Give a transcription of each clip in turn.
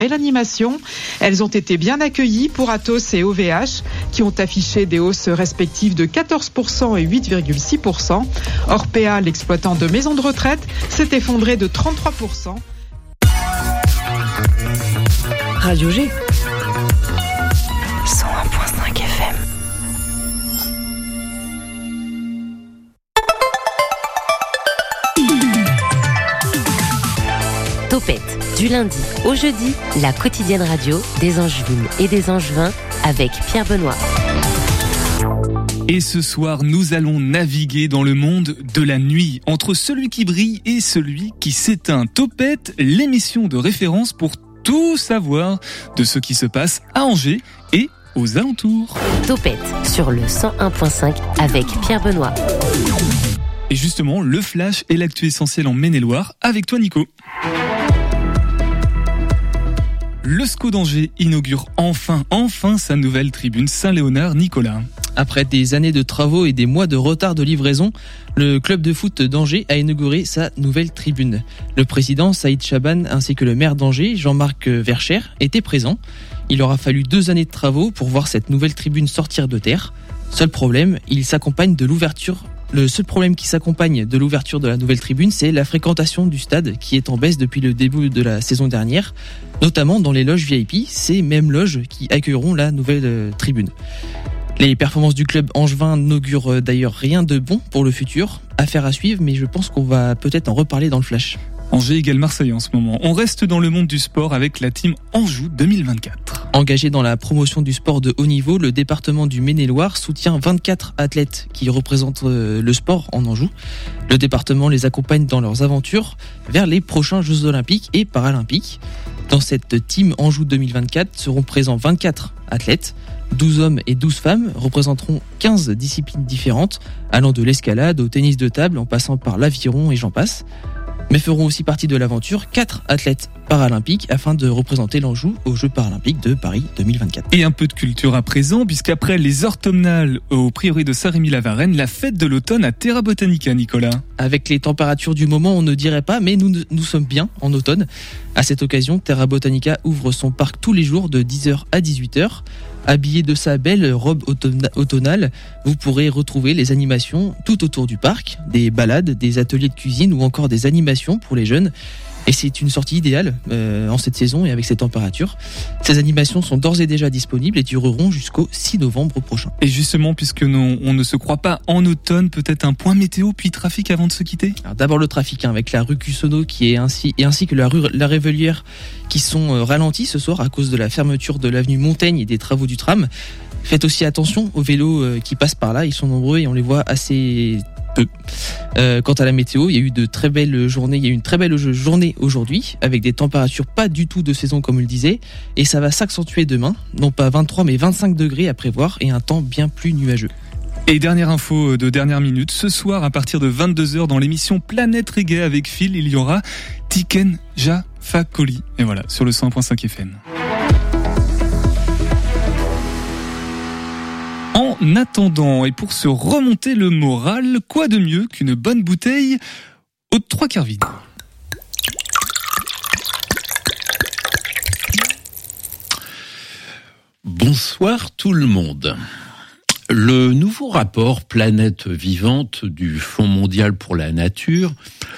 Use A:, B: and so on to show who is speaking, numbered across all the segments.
A: et l'animation. Elles ont été bien accueillies pour Atos et OVH, qui ont affiché des hausses respectives de 14% et 8,6%. Orpea, l'exploitant de maisons de retraite, s'est effondré de 33%.
B: Radio G 101.5 FM.
C: Topette, du lundi au jeudi, la quotidienne radio des Angevines et des Angevins avec Pierre Benoît.
D: Et ce soir, nous allons naviguer dans le monde de la nuit, entre celui qui brille et celui qui s'éteint. Topette, l'émission de référence pour tout savoir de ce qui se passe à Angers et aux alentours.
C: Topette sur le 101.5 avec Pierre Benoît.
D: Et justement, le flash et l'actu essentiel en Maine-et-Loire avec toi Nico. Le SCO d'Angers inaugure enfin sa nouvelle tribune Saint-Léonard. Nicolas.
E: Après des années de travaux et des mois de retard de livraison, le club de foot d'Angers a inauguré sa nouvelle tribune. Le président Saïd Chaban ainsi que le maire d'Angers, Jean-Marc Vercher, étaient présents. Il aura fallu 2 années de travaux pour voir cette nouvelle tribune sortir de terre. Seul problème, le seul problème qui s'accompagne de l'ouverture de la nouvelle tribune, c'est la fréquentation du stade qui est en baisse depuis le début de la saison dernière, notamment dans les loges VIP, ces mêmes loges qui accueilleront la nouvelle tribune. Les performances du club angevin n'augurent d'ailleurs rien de bon pour le futur. Affaire à suivre, mais je pense qu'on va peut-être en reparler dans le flash.
D: Angers égale Marseille en ce moment. On reste dans le monde du sport avec la team Anjou 2024.
E: Engagé dans la promotion du sport de haut niveau, le département du Maine-et-Loire soutient 24 athlètes qui représentent le sport en Anjou. Le département les accompagne dans leurs aventures vers les prochains Jeux Olympiques et Paralympiques. Dans cette team Anjou 2024 seront présents 24 athlètes. 12 hommes et 12 femmes représenteront 15 disciplines différentes, allant de l'escalade au tennis de table en passant par l'aviron et j'en passe. Mais feront aussi partie de l'aventure 4 athlètes paralympiques afin de représenter l'Anjou aux Jeux paralympiques de Paris 2024.
D: Et un peu de culture à présent, puisqu'après les automnales au prieuré de Saint-Rémy-la-Varenne, la fête de l'automne à Terra Botanica, Nicolas.
E: Avec les températures du moment, on ne dirait pas, mais nous sommes bien en automne. À cette occasion, Terra Botanica ouvre son parc tous les jours de 10h à 18h. Habillé de sa belle robe automnale, vous pourrez retrouver les animations tout autour du parc, des balades, des ateliers de cuisine ou encore des animations pour les jeunes. Et c'est une sortie idéale en cette saison et avec ces températures. Ces animations sont d'ores et déjà disponibles et dureront jusqu'au 6 novembre prochain.
D: Et justement, puisque on ne se croit pas en automne, peut-être un point météo puis trafic avant de se quitter.
E: Alors d'abord le trafic avec la rue Cussonneau qui est ainsi que la rue La Révélière qui sont ralentis ce soir à cause de la fermeture de l'avenue Montaigne et des travaux du tram. Faites aussi attention aux vélos qui passent par là, ils sont nombreux et on les voit assez peu. Quant à la météo, il y a eu une très belle journée aujourd'hui avec des températures pas du tout de saison comme on le disait et ça va s'accentuer demain, non pas 23 mais 25 degrés à prévoir et un temps bien plus nuageux.
D: Et dernière info de dernière minute, ce soir à partir de 22h dans l'émission Planète Reggae avec Phil, il y aura Tiken Jah Fakoly. Et voilà, sur le 100.5 FM. En attendant, et pour se remonter le moral, quoi de mieux qu'une bonne bouteille aux 3/4 vide.
F: Bonsoir tout le monde. Le nouveau rapport Planète Vivante du Fonds mondial pour la nature,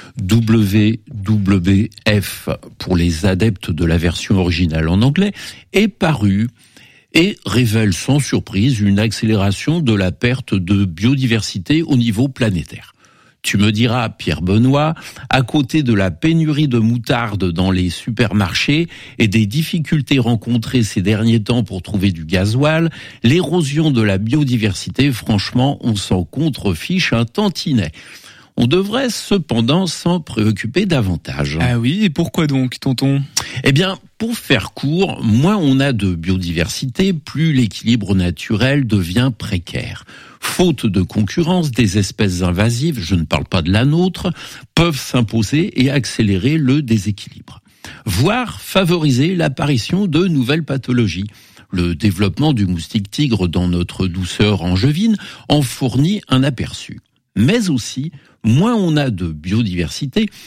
F: WWF pour les adeptes de la version originale en anglais, est paru et révèle sans surprise une accélération de la perte de biodiversité au niveau planétaire. Tu me diras, Pierre Benoît, à côté de la pénurie de moutarde dans les supermarchés et des difficultés rencontrées ces derniers temps pour trouver du gasoil, l'érosion de la biodiversité, franchement, on s'en contrefiche un tantinet. On devrait cependant s'en préoccuper davantage.
D: Ah oui, et pourquoi donc, tonton ?
F: Eh bien, pour faire court, moins on a de biodiversité, plus l'équilibre naturel devient précaire. Faute de concurrence, des espèces invasives, je ne parle pas de la nôtre, peuvent s'imposer et accélérer le déséquilibre, voire favoriser l'apparition de nouvelles pathologies. Le développement du moustique tigre dans notre douceur angevine en fournit un aperçu. Mais aussi, moins on a de biodiversité,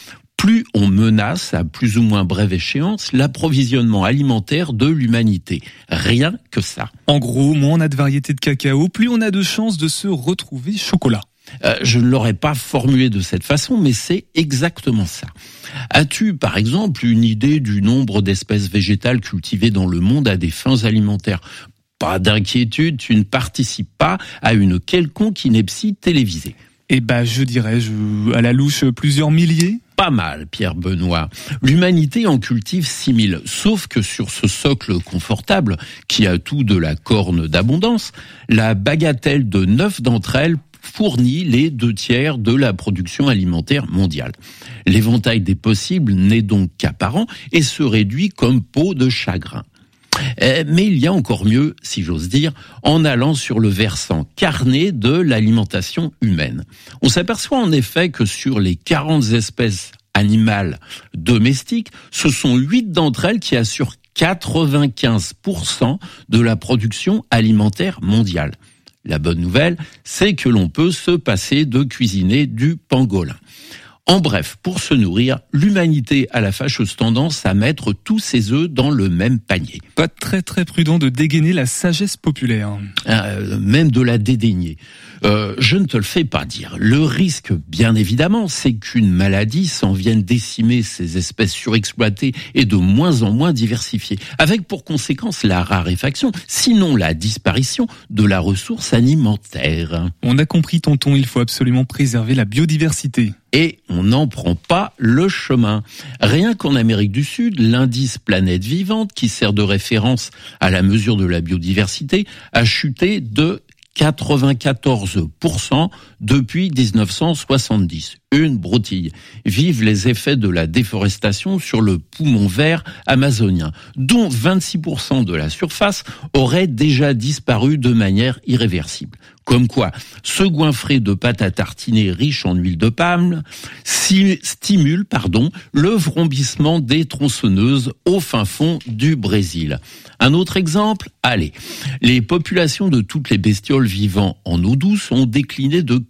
F: plus on menace, à plus ou moins brève échéance, l'approvisionnement alimentaire de l'humanité. Rien que ça.
D: En gros, moins on a de variétés de cacao, plus on a de chances de se retrouver chocolat.
F: Je ne l'aurais pas formulé de cette façon, mais c'est exactement ça. As-tu, par exemple, une idée du nombre d'espèces végétales cultivées dans le monde à des fins alimentaires ? Pas d'inquiétude, tu ne participes pas à une quelconque ineptie télévisée.
D: Je dirais, à la louche, plusieurs milliers.
F: Pas mal, Pierre Benoît. L'humanité en cultive 6000, sauf que sur ce socle confortable, qui a tout de la corne d'abondance, la bagatelle de 9 d'entre elles fournit les 2/3 de la production alimentaire mondiale. L'éventail des possibles n'est donc qu'apparent et se réduit comme peau de chagrin. Mais il y a encore mieux, si j'ose dire, en allant sur le versant carné de l'alimentation humaine. On s'aperçoit en effet que sur les 40 espèces animales domestiques, ce sont 8 d'entre elles qui assurent 95% de la production alimentaire mondiale. La bonne nouvelle, c'est que l'on peut se passer de cuisiner du pangolin. En bref, pour se nourrir, l'humanité a la fâcheuse tendance à mettre tous ses œufs dans le même panier.
D: Pas très très prudent de dégainer la sagesse populaire.
F: Même de la dédaigner. Je ne te le fais pas dire. Le risque, bien évidemment, c'est qu'une maladie s'en vienne décimer ces espèces surexploitées et de moins en moins diversifiées, avec pour conséquence la raréfaction, sinon la disparition de la ressource alimentaire.
D: On a compris, tonton, il faut absolument préserver la biodiversité.
F: Et on n'en prend pas le chemin. Rien qu'en Amérique du Sud, l'indice Planète Vivante, qui sert de référence à la mesure de la biodiversité, a chuté de 94% depuis 1970. Une broutille. Vive les effets de la déforestation sur le poumon vert amazonien, dont 26% de la surface aurait déjà disparu de manière irréversible. Comme quoi, ce goinfré de pâte à tartiner riche en huile de palme stimule le vrombissement des tronçonneuses au fin fond du Brésil. Un autre exemple, allez, les populations de toutes les bestioles vivant en eau douce ont décliné de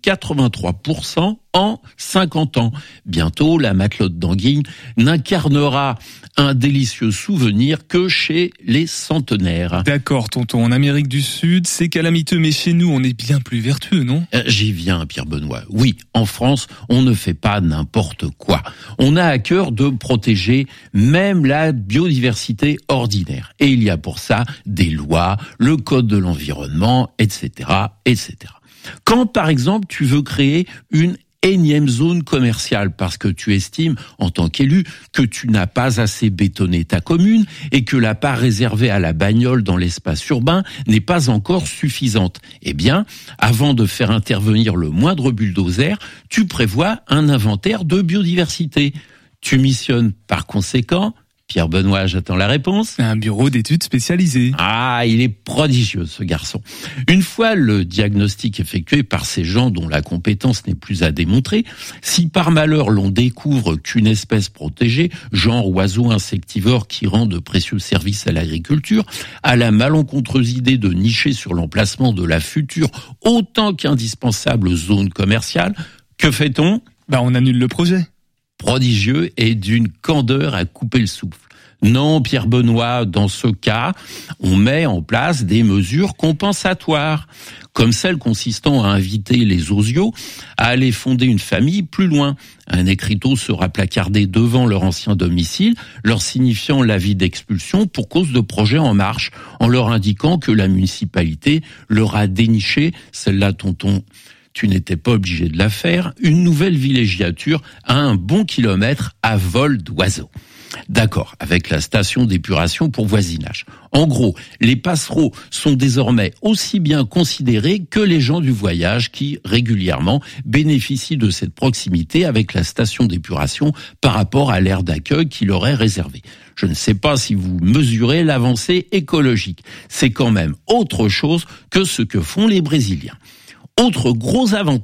F: 83% en 50 ans. Bientôt, la matelote d'anguille n'incarnera un délicieux souvenir que chez les centenaires.
D: D'accord, tonton. En Amérique du Sud, c'est calamiteux, mais chez nous, on est bien plus vertueux, non ?
F: J'y viens, Pierre Benoît. Oui, en France, on ne fait pas n'importe quoi. On a à cœur de protéger même la biodiversité ordinaire. Et il y a pour ça des lois, le code de l'environnement, etc., etc. Quand, par exemple, tu veux créer une énième zone commerciale parce que tu estimes, en tant qu'élu, que tu n'as pas assez bétonné ta commune et que la part réservée à la bagnole dans l'espace urbain n'est pas encore suffisante. Eh bien, avant de faire intervenir le moindre bulldozer, tu prévois un inventaire de biodiversité. Tu missionnes par conséquent, Pierre Benoît, j'attends la réponse.
D: Un bureau d'études spécialisé.
F: Ah, il est prodigieux, ce garçon. Une fois le diagnostic effectué par ces gens dont la compétence n'est plus à démontrer, si par malheur l'on découvre qu'une espèce protégée, genre oiseau insectivore qui rend de précieux services à l'agriculture, a la malencontreuse idée de nicher sur l'emplacement de la future autant qu'indispensable zone commerciale, que fait-on ?
D: On annule le projet.
F: Prodigieux et d'une candeur à couper le souffle. Non, Pierre Benoît, dans ce cas, on met en place des mesures compensatoires, comme celle consistant à inviter les osios à aller fonder une famille plus loin. Un écriteau sera placardé devant leur ancien domicile, leur signifiant l'avis d'expulsion pour cause de projet en marche, en leur indiquant que la municipalité leur a déniché, celle-là, tonton, tu n'étais pas obligé de la faire, une nouvelle villégiature à un bon kilomètre à vol d'oiseau. D'accord, avec la station d'épuration pour voisinage. En gros, les passereaux sont désormais aussi bien considérés que les gens du voyage qui, régulièrement, bénéficient de cette proximité avec la station d'épuration par rapport à l'aire d'accueil qui leur est réservée. Je ne sais pas si vous mesurez l'avancée écologique. C'est quand même autre chose que ce que font les Brésiliens. Autre gros avantage,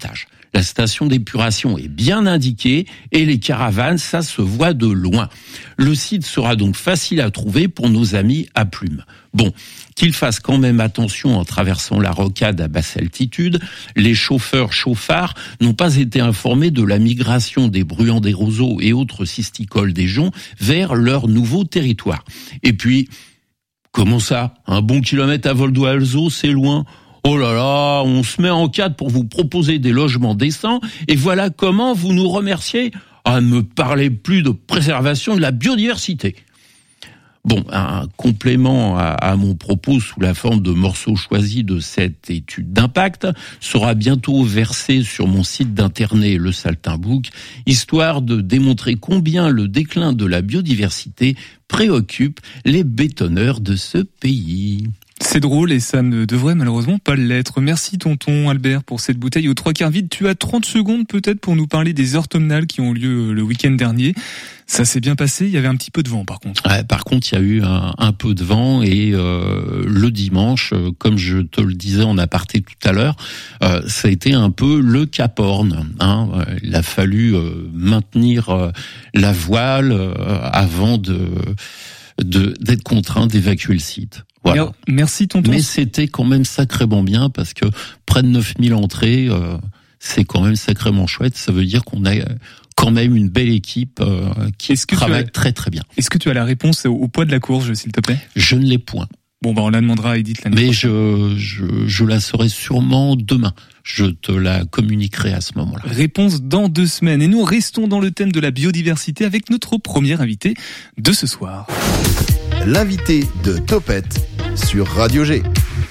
F: La station d'épuration est bien indiquée et les caravanes, ça se voit de loin. Le site sera donc facile à trouver pour nos amis à plumes. Bon, qu'ils fassent quand même attention en traversant la rocade à basse altitude. Les chauffeurs-chauffards n'ont pas été informés de la migration des bruants des roseaux et autres cisticoles des joncs vers leur nouveau territoire. Et puis, comment ça ? Un bon kilomètre à vol d'oiseau, c'est loin ? Oh là là, on se met en cadre pour vous proposer des logements décents, et voilà comment vous nous remerciez. Ah, ne me parlez plus de préservation de la biodiversité. Bon, un complément à mon propos sous la forme de morceaux choisis de cette étude d'impact sera bientôt versé sur mon site d'internet Le Saltimbook, histoire de démontrer combien le déclin de la biodiversité préoccupe les bétonneurs de ce pays.
D: C'est drôle et ça ne devrait malheureusement pas l'être. Merci tonton Albert pour cette bouteille aux 3/4 vide. Tu as 30 secondes peut-être pour nous parler des automnales qui ont lieu le week-end dernier. Ça s'est bien passé, il y avait un petit peu de vent par contre.
F: Ouais, par contre, il y a eu un peu de vent et le dimanche, comme je te le disais en aparté tout à l'heure, ça a été un peu le Cap Horn. Il a fallu maintenir la voile avant d'être contraint d'évacuer le site. Voilà.
D: Merci tonton.
F: Mais c'était quand même sacrément bien parce que près de 9000 entrées, c'est quand même sacrément chouette. Ça veut dire qu'on a quand même une belle équipe qui travaille très très bien.
D: Est-ce que tu as la réponse au poids de la courge, s'il te plaît ?
F: Je ne l'ai point.
D: Bon, on la demandera à Edith l'année prochaine.
F: Mais je la saurai sûrement demain. Je te la communiquerai à ce moment-là.
D: Réponse dans 2 semaines. Et nous restons dans le thème de la biodiversité avec notre premier invité de ce soir.
G: L'invité de Topette sur Radio G.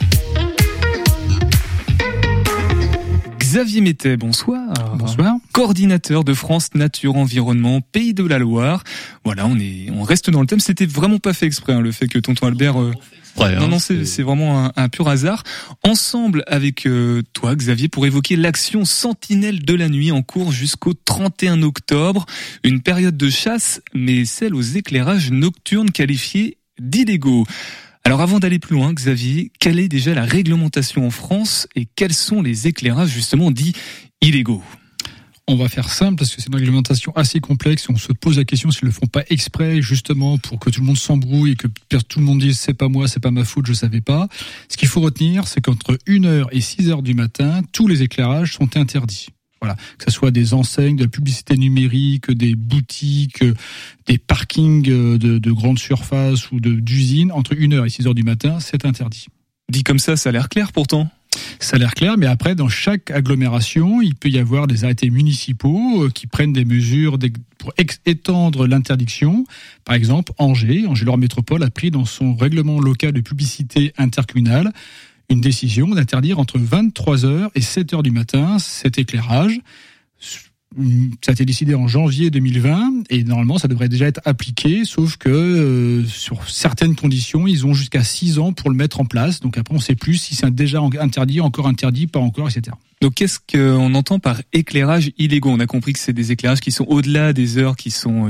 D: Xavier Mettet, bonsoir.
H: Bonsoir.
D: Coordinateur de France Nature Environnement Pays de la Loire. Voilà, on reste dans le thème. C'était vraiment pas fait exprès, le fait que tonton Albert. Non, c'est vraiment un pur hasard. Ensemble avec toi, Xavier, pour évoquer l'action Sentinelle de la nuit en cours jusqu'au 31 octobre. Une période de chasse, mais celle aux éclairages nocturnes qualifiés d'illégaux. Alors avant d'aller plus loin, Xavier, quelle est déjà la réglementation en France et quels sont les éclairages justement dits illégaux ?
H: On va faire simple parce que c'est une réglementation assez complexe et on se pose la question s'ils le font pas exprès justement pour que tout le monde s'embrouille et que tout le monde dise c'est pas moi, c'est pas ma faute, je savais pas. Ce qu'il faut retenir, c'est qu'entre 1h et 6h du matin, tous les éclairages sont interdits. Voilà, que ce soit des enseignes, de la publicité numérique, des boutiques, des parkings de grandes surfaces ou d'usines, entre 1h et 6h du matin, c'est interdit.
D: Dit comme ça a l'air clair pourtant.
H: Ça a l'air clair, mais après, dans chaque agglomération, il peut y avoir des arrêtés municipaux qui prennent des mesures pour étendre l'interdiction. Par exemple, Angers-Loire Métropole a pris dans son règlement local de publicité intercommunale une décision d'interdire entre 23h et 7h du matin cet éclairage. Ça a été décidé en janvier 2020 et normalement ça devrait déjà être appliqué, sauf que sur certaines conditions, ils ont jusqu'à 6 ans pour le mettre en place. Donc après, on ne sait plus si c'est déjà interdit, encore interdit, pas encore, etc.
D: Donc qu'est-ce qu'on entend par éclairage illégaux ? On a compris que c'est des éclairages qui sont au-delà des heures qui sont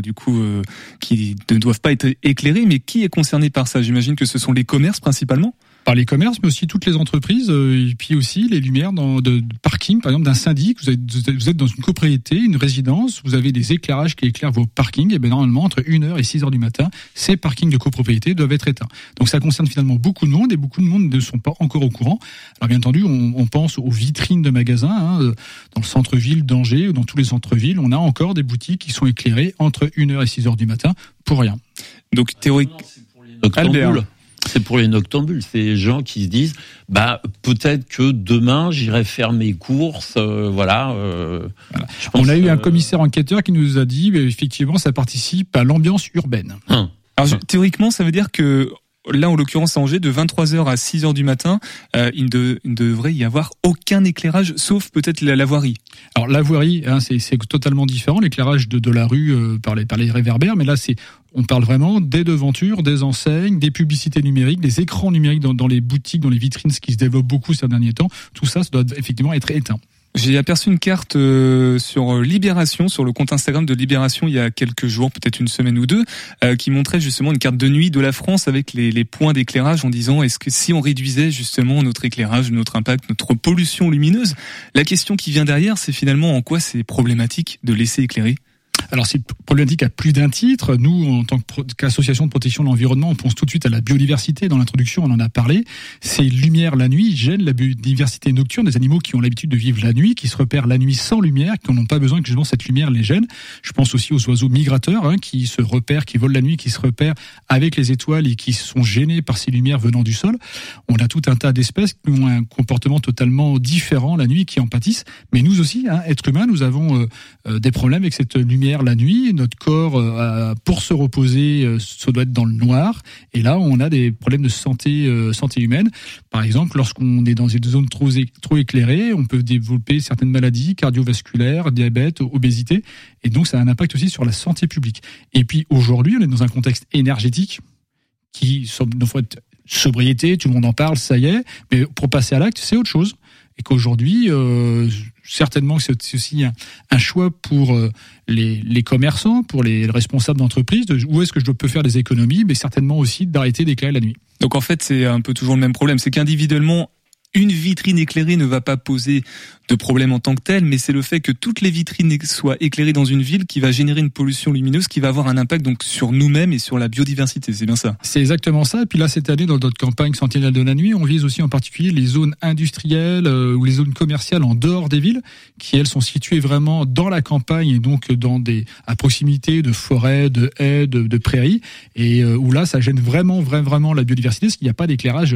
D: qui ne doivent pas être éclairés, mais qui est concerné par ça ? J'imagine que ce sont les commerces principalement ?
H: Par les commerces, mais aussi toutes les entreprises, et puis aussi les lumières de parking, par exemple d'un syndic. Vous êtes dans une copropriété, une résidence, vous avez des éclairages qui éclairent vos parkings, et bien normalement entre 1h et 6h du matin, ces parkings de copropriété doivent être éteints. Donc ça concerne finalement beaucoup de monde, et beaucoup de monde ne sont pas encore au courant. Alors bien entendu, on pense aux vitrines de magasins, dans le centre-ville d'Angers ou dans tous les centres-villes, on a encore des boutiques qui sont éclairées entre 1h et 6h du matin pour rien.
D: Donc théoriquement,
F: Albert. C'est pour les noctambules, c'est les gens qui se disent peut-être que demain j'irai faire mes courses, voilà.
H: On a eu un commissaire enquêteur qui nous a dit effectivement ça participe à l'ambiance urbaine.
D: Alors théoriquement, ça veut dire que là, en l'occurrence à Angers, de 23h à 6h du matin, il ne devrait y avoir aucun éclairage, sauf peut-être la voirie.
H: Alors la voirie, c'est totalement différent, l'éclairage de la rue par les réverbères, mais là on parle vraiment des devantures, des enseignes, des publicités numériques, des écrans numériques dans les boutiques, dans les vitrines, ce qui se développe beaucoup ces derniers temps. Tout ça doit effectivement être éteint.
D: J'ai aperçu une carte sur Libération, sur le compte Instagram de Libération il y a quelques jours, peut-être une semaine ou deux, qui montrait justement une carte de nuit de la France avec les points d'éclairage en disant est-ce que si on réduisait justement notre éclairage, notre impact, notre pollution lumineuse, la question qui vient derrière, c'est finalement en quoi c'est problématique de laisser éclairer.
H: Alors c'est problématique à plus d'un titre. Nous, en tant qu'association de protection de l'environnement, on pense tout de suite à la biodiversité. Dans l'introduction, on en a parlé. Ces lumières la nuit gênent la biodiversité nocturne des animaux qui ont l'habitude de vivre la nuit, qui se repèrent la nuit sans lumière, qui n'ont pas besoin que justement cette lumière les gêne. Je pense aussi aux oiseaux migrateurs qui se repèrent, qui volent la nuit, qui se repèrent avec les étoiles et qui sont gênés par ces lumières venant du sol. On a tout un tas d'espèces qui ont un comportement totalement différent la nuit, qui en pâtissent. Mais nous aussi, êtres humains, nous avons des problèmes avec cette lumière la nuit. Notre corps, pour se reposer, ça doit être dans le noir. Et là, on a des problèmes de santé humaine. Par exemple, lorsqu'on est dans une zone trop éclairée, on peut développer certaines maladies cardiovasculaires, diabète, obésité. Et donc, ça a un impact aussi sur la santé publique. Et puis, aujourd'hui, on est dans un contexte énergétique qui, faut être sobriété, tout le monde en parle, ça y est. Mais pour passer à l'acte, c'est autre chose. Et qu'aujourd'hui, certainement, c'est aussi un choix pour les commerçants, pour les responsables d'entreprise, de où est-ce que je peux faire des économies, mais certainement aussi d'arrêter d'éclairer la nuit.
D: Donc en fait, c'est un peu toujours le même problème, c'est qu'individuellement, une vitrine éclairée ne va pas poser de problème en tant que tel, mais c'est le fait que toutes les vitrines soient éclairées dans une ville qui va générer une pollution lumineuse qui va avoir un impact donc sur nous-mêmes et sur la biodiversité, c'est bien ça?
H: C'est exactement ça. Et puis là, cette année, dans notre campagne Sentinelle de la nuit, on vise aussi en particulier les zones industrielles ou les zones commerciales en dehors des villes, qui elles sont situées vraiment dans la campagne et donc à proximité de forêts, de haies, de prairies, et où là, ça gêne vraiment la biodiversité, parce qu'il n'y a pas d'éclairage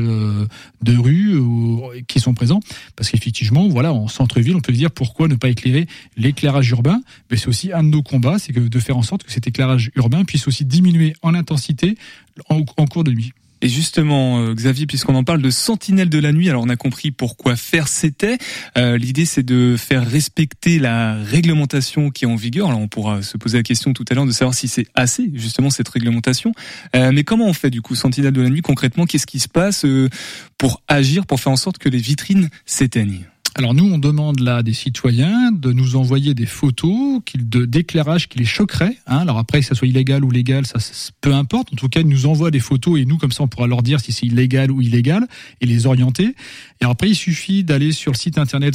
H: de rue qui sont présents, parce qu'effectivement, voilà, en centre-ville, on peut se dire pourquoi ne pas éclairer l'éclairage urbain, mais c'est aussi un de nos combats, c'est de faire en sorte que cet éclairage urbain puisse aussi diminuer en intensité en cours de nuit.
D: Et justement, Xavier, puisqu'on en parle de sentinelle de la nuit, alors on a compris pourquoi faire c'était. L'idée, c'est de faire respecter la réglementation qui est en vigueur. Alors on pourra se poser la question tout à l'heure de savoir si c'est assez, justement, cette réglementation. Mais comment on fait, du coup, sentinelle de la nuit, concrètement? Qu'est-ce qui se passe pour agir, pour faire en sorte que les vitrines s'éteignent?
H: Alors nous, on demande là des citoyens de nous envoyer des photos d'éclairage qui les choquerait. Alors après, que ça soit illégal ou légal, ça peu importe. En tout cas, ils nous envoient des photos et nous, comme ça, on pourra leur dire si c'est illégal ou illégal et les orienter. Et après, il suffit d'aller sur le site internet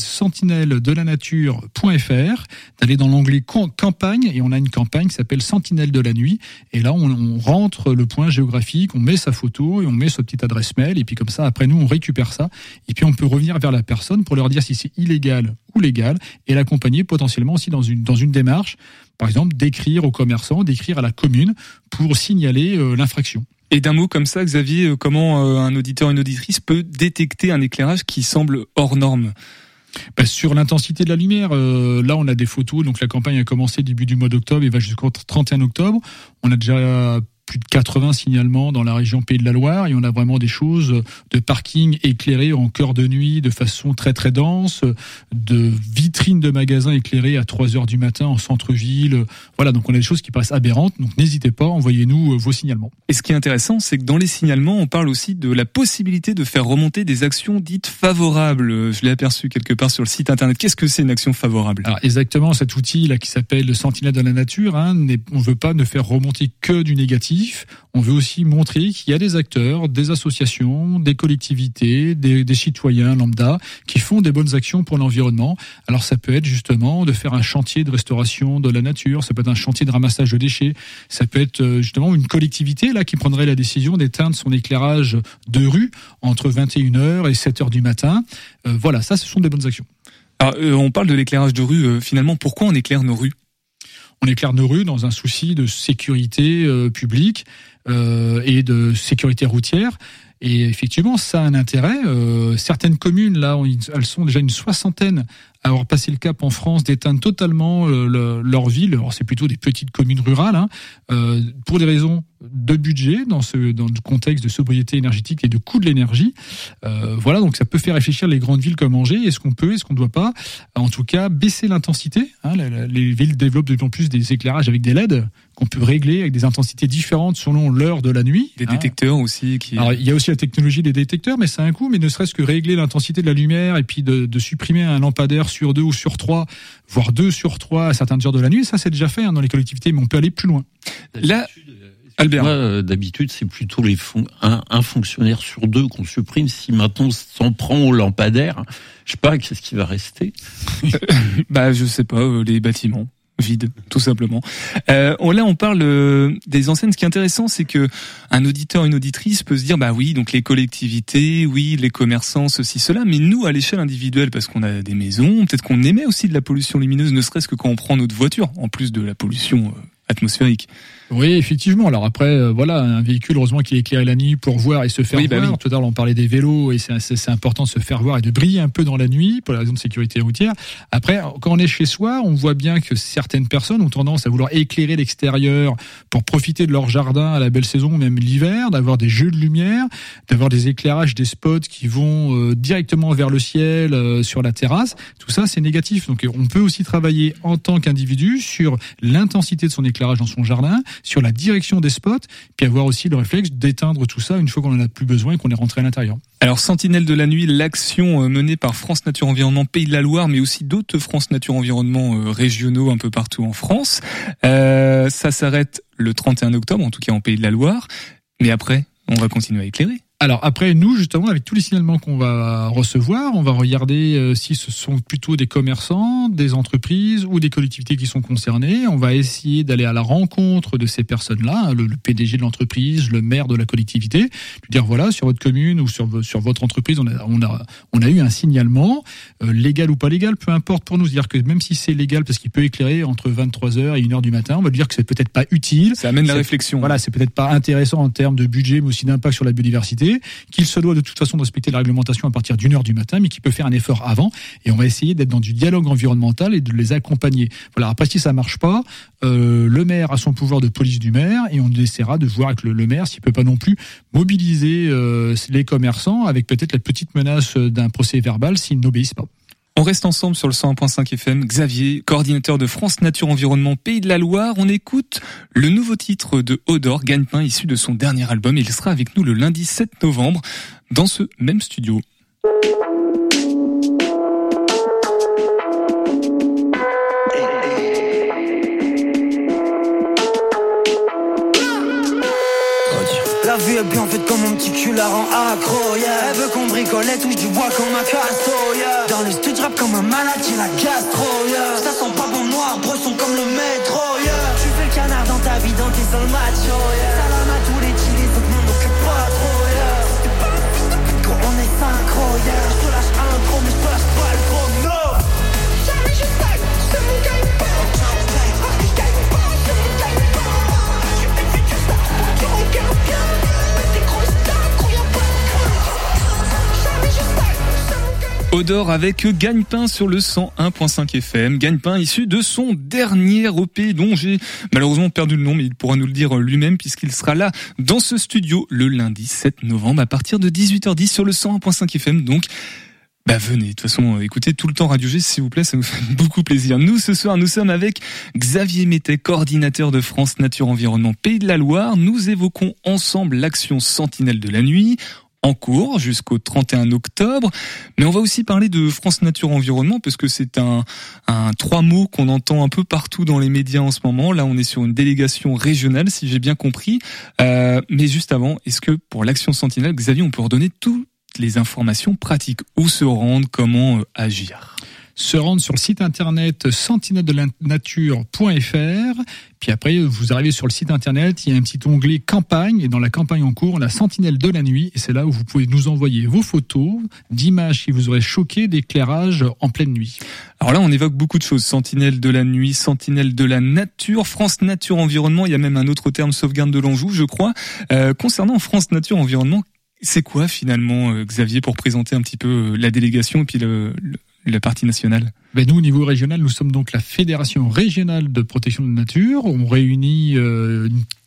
H: sentinelledelanature.fr, d'aller dans l'onglet campagne, et on a une campagne qui s'appelle Sentinelle de la nuit. Et là, on rentre le point géographique, on met sa photo et on met sa petite adresse mail. Et puis comme ça, après nous, on récupère ça. Et puis on peut revenir vers la personne pour leur dire si c'est illégal ou légal, et l'accompagner potentiellement aussi dans une démarche, par exemple d'écrire aux commerçants, d'écrire à la commune pour signaler l'infraction.
D: Et d'un mot comme ça, Xavier, comment un auditeur, une auditrice peut détecter un éclairage qui semble hors norme?
H: Sur l'intensité de la lumière, là on a des photos, donc la campagne a commencé début du mois d'octobre et va jusqu'au 31 octobre. On a déjà plus de 80 signalements dans la région Pays de la Loire, et on a vraiment des choses de parking éclairés en cœur de nuit de façon très très dense, de vitrines de magasins éclairées à 3h du matin en centre-ville. Voilà, donc on a des choses qui paraissent aberrantes, donc n'hésitez pas, envoyez-nous vos signalements.
D: Et ce qui est intéressant, c'est que dans les signalements, on parle aussi de la possibilité de faire remonter des actions dites favorables. Je l'ai aperçu quelque part sur le site internet. Qu'est-ce que c'est une action favorable?
H: Alors exactement, cet outil là qui s'appelle le Sentinelle de la nature, on veut pas ne faire remonter que du négatif. On veut aussi montrer qu'il y a des acteurs, des associations, des collectivités, des citoyens lambda qui font des bonnes actions pour l'environnement. Alors ça peut être justement de faire un chantier de restauration de la nature, ça peut être un chantier de ramassage de déchets, ça peut être justement une collectivité là qui prendrait la décision d'éteindre son éclairage de rue entre 21h et 7h du matin. Voilà, ça ce sont des bonnes actions.
D: Alors, on parle de l'éclairage de rue, finalement, pourquoi on éclaire nos rues?
H: On éclaire nos rues dans un souci de sécurité publique et de sécurité routière. Et effectivement, ça a un intérêt. Certaines communes, là, elles sont déjà une soixantaine à avoir passé le cap en France d'éteindre totalement leur ville. Alors c'est plutôt des petites communes rurales, pour des raisons de budget dans le contexte de sobriété énergétique et de coût de l'énergie. Voilà, donc ça peut faire réfléchir les grandes villes comme Angers. Est-ce qu'on peut, est-ce qu'on ne doit pas, en tout cas, baisser l'intensité. Les villes développent de plus en plus des éclairages avec des LED qu'on peut régler avec des intensités différentes selon l'heure de la nuit.
D: Des détecteurs aussi.
H: Alors il y a aussi aussi la technologie des détecteurs, mais ça a un coût. Mais ne serait-ce que régler l'intensité de la lumière et puis de supprimer un lampadaire sur 2 ou sur 3, voire 2 sur 3 à certaines heures de la nuit, ça c'est déjà fait dans les collectivités, mais on peut aller plus loin.
D: Là, Albert.
F: Moi, d'habitude, c'est plutôt un fonctionnaire sur 2 qu'on supprime. Si maintenant on s'en prend au lampadaire, je sais pas, qu'est-ce qui va rester?
D: Je sais pas, les bâtiments vides, tout simplement. Là, on parle des enseignes. Ce qui est intéressant, c'est que un auditeur, une auditrice peut se dire, oui, donc les collectivités, oui, les commerçants, ceci, cela, mais nous, à l'échelle individuelle, parce qu'on a des maisons, peut-être qu'on émet aussi de la pollution lumineuse, ne serait-ce que quand on prend notre voiture, en plus de la pollution atmosphérique.
H: Oui, effectivement. Alors après, un véhicule, heureusement qu'il est éclairé la nuit pour voir et se faire voir. Oui. Tout à l'heure, on parlait des vélos et c'est important de se faire voir et de briller un peu dans la nuit pour la raison de sécurité routière. Après, quand on est chez soi, on voit bien que certaines personnes ont tendance à vouloir éclairer l'extérieur pour profiter de leur jardin à la belle saison, même l'hiver, d'avoir des jeux de lumière, d'avoir des éclairages, des spots qui vont directement vers le ciel, sur la terrasse. Tout ça, c'est négatif. Donc, on peut aussi travailler en tant qu'individu sur l'intensité de son éclairage dans son jardin, sur la direction des spots, puis avoir aussi le réflexe d'éteindre tout ça une fois qu'on en a plus besoin et qu'on est rentré à l'intérieur.
D: Alors, Sentinelle de la nuit, l'action menée par France Nature Environnement Pays de la Loire, mais aussi d'autres France Nature Environnement régionaux un peu partout en France. Ça s'arrête le 31 octobre, en tout cas en Pays de la Loire. Mais après, on va continuer à éclairer.
H: Alors après, nous, justement, avec tous les signalements qu'on va recevoir, on va regarder si ce sont plutôt des commerçants, des entreprises ou des collectivités qui sont concernées. On va essayer d'aller à la rencontre de ces personnes-là, le PDG de l'entreprise, le maire de la collectivité, lui dire voilà, sur votre commune ou sur votre entreprise, on a eu un signalement, légal ou pas légal, peu importe pour nous. C'est-à-dire que même si c'est légal, parce qu'il peut éclairer entre 23h et 1h du matin, on va lui dire que c'est peut-être pas utile.
D: Ça amène la réflexion.
H: Voilà, c'est peut-être pas intéressant en termes de budget, mais aussi d'impact sur la biodiversité. Qu'il se doit de toute façon de respecter la réglementation à partir d'1h du matin, mais qu'il peut faire un effort avant. Et on va essayer d'être dans du dialogue environnemental et de les accompagner. Voilà. Après, si ça marche pas, le maire a son pouvoir de police du maire et on essaiera de voir avec le maire s'il peut pas non plus mobiliser les commerçants avec peut-être la petite menace d'un procès verbal s'ils n'obéissent pas.
D: On reste ensemble sur le 101.5 FM. Xavier, coordinateur de France Nature Environnement Pays de la Loire. On écoute le nouveau titre de Odor, Gagne-pain, issu de son dernier album. Il sera avec nous le lundi 7 novembre dans ce même studio.
I: La vie est bien faite comme mon petit cul la rend accro, yeah. Elle veut qu'on bricole, elle touche du bois comme un casto, yeah. Dans le studio rap comme un malade, j'ai la gastro, yeah. Ça sent pas bon noir, bresson comme le métro, yeah. Tu fais le canard dans ta vie, dans tes seuls macho, yeah. Salam à tous les chillis, tout le monde occupe pas trop, yeah. C'est pas un fils de pute, gros, on est synchro, yeah. Je te lâche un gros, mais je te lâche pas le gros, no. Jamais je taille, c'est mon gagne-pain.
D: Odor avec Gagne-pain sur le 101.5 FM. Gagne-pain issu de son dernier EP dont j'ai malheureusement perdu le nom, mais il pourra nous le dire lui-même puisqu'il sera là dans ce studio le lundi 7 novembre à partir de 18h10 sur le 101.5 FM. Donc, venez, de toute façon, écoutez tout le temps Radio G, s'il vous plaît, ça nous fait beaucoup plaisir. Nous, ce soir, nous sommes avec Xavier Mettet, coordinateur de France Nature Environnement Pays de la Loire. Nous évoquons ensemble l'action Sentinelle de la nuit, en cours jusqu'au 31 octobre. Mais on va aussi parler de France Nature Environnement parce que c'est un 3 mots qu'on entend un peu partout dans les médias en ce moment. Là, on est sur une délégation régionale, si j'ai bien compris. Mais juste avant, est-ce que pour l'action Sentinelle, Xavier, on peut redonner toutes les informations pratiques? Où se rendre? Comment agir?
H: Se rendre sur le site internet sentinelledelaNature.fr. Puis après, vous arrivez sur le site internet, il y a un petit onglet campagne, et dans la campagne en cours, on a Sentinelle de la nuit, et c'est là où vous pouvez nous envoyer vos photos d'images qui vous auraient choqué d'éclairage en pleine nuit.
D: Alors là, on évoque beaucoup de choses. Sentinelle de la nuit, Sentinelle de la nature, France Nature Environnement, il y a même un autre terme, sauvegarde de l'Anjou, je crois. Concernant France Nature Environnement, c'est quoi finalement, Xavier, pour présenter un petit peu la délégation et puis la partie nationale?
H: Nous, au niveau régional, nous sommes donc la Fédération régionale de protection de la nature. On réunit une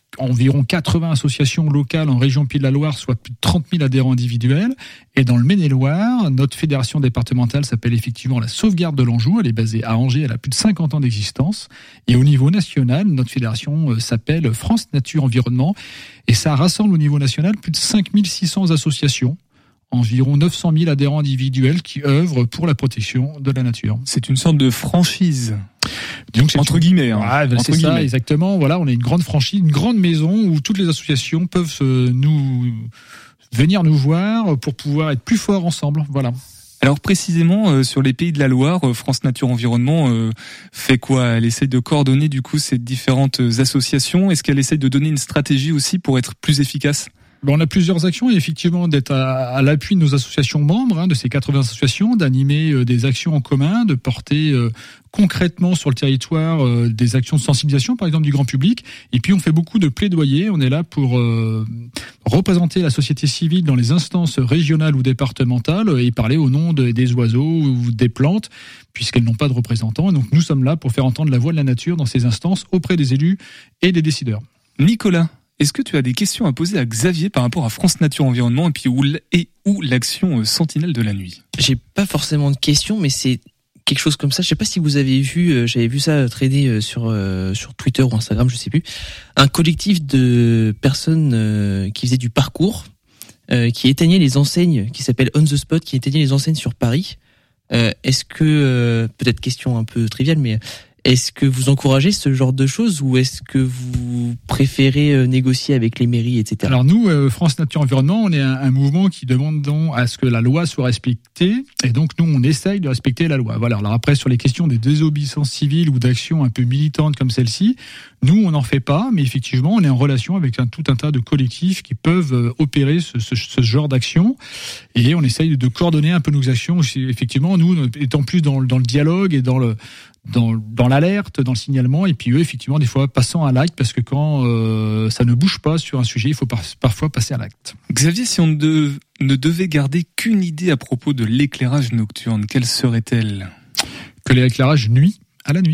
H: environ 80 associations locales en région Pays de la Loire, soit plus de 30 000 adhérents individuels. Et dans le Maine-et-Loire, notre fédération départementale s'appelle effectivement la Sauvegarde de l'Anjou. Elle est basée à Angers, elle a plus de 50 ans d'existence. Et au niveau national, notre fédération s'appelle France Nature Environnement. Et ça rassemble au niveau national plus de 5 600 associations. Environ 900 000 adhérents individuels qui œuvrent pour la protection de la nature.
D: C'est une sorte de franchise.
H: Donc
D: entre guillemets.
H: C'est ça, exactement. Voilà, on a une grande franchise, une grande maison où toutes les associations peuvent venir nous voir pour pouvoir être plus forts ensemble. Voilà.
D: Alors précisément sur les Pays de la Loire, France Nature Environnement fait quoi? Elle essaye de coordonner du coup ces différentes associations. Est-ce qu'elle essaye de donner une stratégie aussi pour être plus efficace?
H: On a plusieurs actions, et effectivement d'être à l'appui de nos associations membres, de ces 80 associations, d'animer des actions en commun, de porter concrètement sur le territoire des actions de sensibilisation, par exemple du grand public. Et puis on fait beaucoup de plaidoyer. On est là pour représenter la société civile dans les instances régionales ou départementales et parler au nom des oiseaux ou des plantes, puisqu'elles n'ont pas de représentants. Donc nous sommes là pour faire entendre la voix de la nature dans ces instances auprès des élus et des décideurs.
D: Nicolas, est-ce que tu as des questions à poser à Xavier par rapport à France Nature Environnement et puis où l'action Sentinelle de la nuit?
E: J'ai pas forcément de questions, mais c'est quelque chose comme ça. Je sais pas si vous avez vu, j'avais vu ça traîner sur Twitter ou Instagram, je sais plus. Un collectif de personnes qui faisaient du parcours, qui éteignaient les enseignes, qui s'appelle On the Spot, qui éteignaient les enseignes sur Paris. Est-ce que, peut-être question un peu triviale, mais est-ce que vous encouragez ce genre de choses ou est-ce que vous préférez négocier avec les mairies, etc.
H: Alors nous, France Nature Environnement, on est un mouvement qui demande donc à ce que la loi soit respectée, et donc nous, on essaye de respecter la loi. Voilà. Alors après, sur les questions des désobéissances civiles ou d'actions un peu militantes comme celle-ci, nous, on n'en fait pas, mais effectivement, on est en relation avec tout un tas de collectifs qui peuvent opérer ce genre d'action, et on essaye de coordonner un peu nos actions. Effectivement, nous, étant plus dans le dialogue et dans l'alerte, dans le signalement, et puis eux, effectivement, des fois, passant à l'acte, parce que quand ça ne bouge pas sur un sujet, il faut parfois passer à l'acte.
D: Xavier, si on ne devait garder qu'une idée à propos de l'éclairage nocturne, quelle serait-elle?
H: Que l'éclairage nuit à la nuit.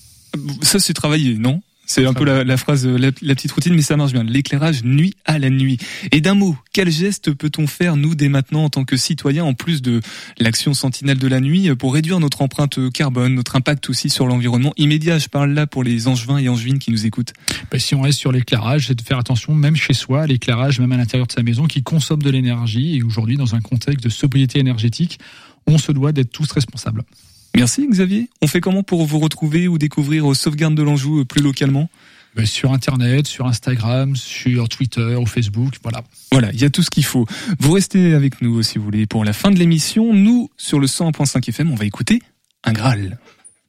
D: Ça, c'est travaillé, non? C'est un peu la phrase, la petite routine, mais ça marche bien. L'éclairage nuit à la nuit. Et d'un mot, quel geste peut-on faire, nous, dès maintenant, en tant que citoyens, en plus de l'action Sentinelle de la nuit, pour réduire notre empreinte carbone, notre impact aussi sur l'environnement immédiat? Je parle là pour les Angevins et Angevines qui nous écoutent.
H: Si on reste sur l'éclairage, c'est de faire attention, même chez soi, à l'éclairage, même à l'intérieur de sa maison, qui consomme de l'énergie. Et aujourd'hui, dans un contexte de sobriété énergétique, on se doit d'être tous responsables.
D: Merci Xavier. On fait comment pour vous retrouver ou découvrir Sauvegarde de l'Anjou plus localement?
H: Sur Internet, sur Instagram, sur Twitter ou Facebook, voilà.
D: Voilà, il y a tout ce qu'il faut. Vous restez avec nous si vous voulez pour la fin de l'émission. Nous, sur le 101.5 FM, on va écouter un Graal.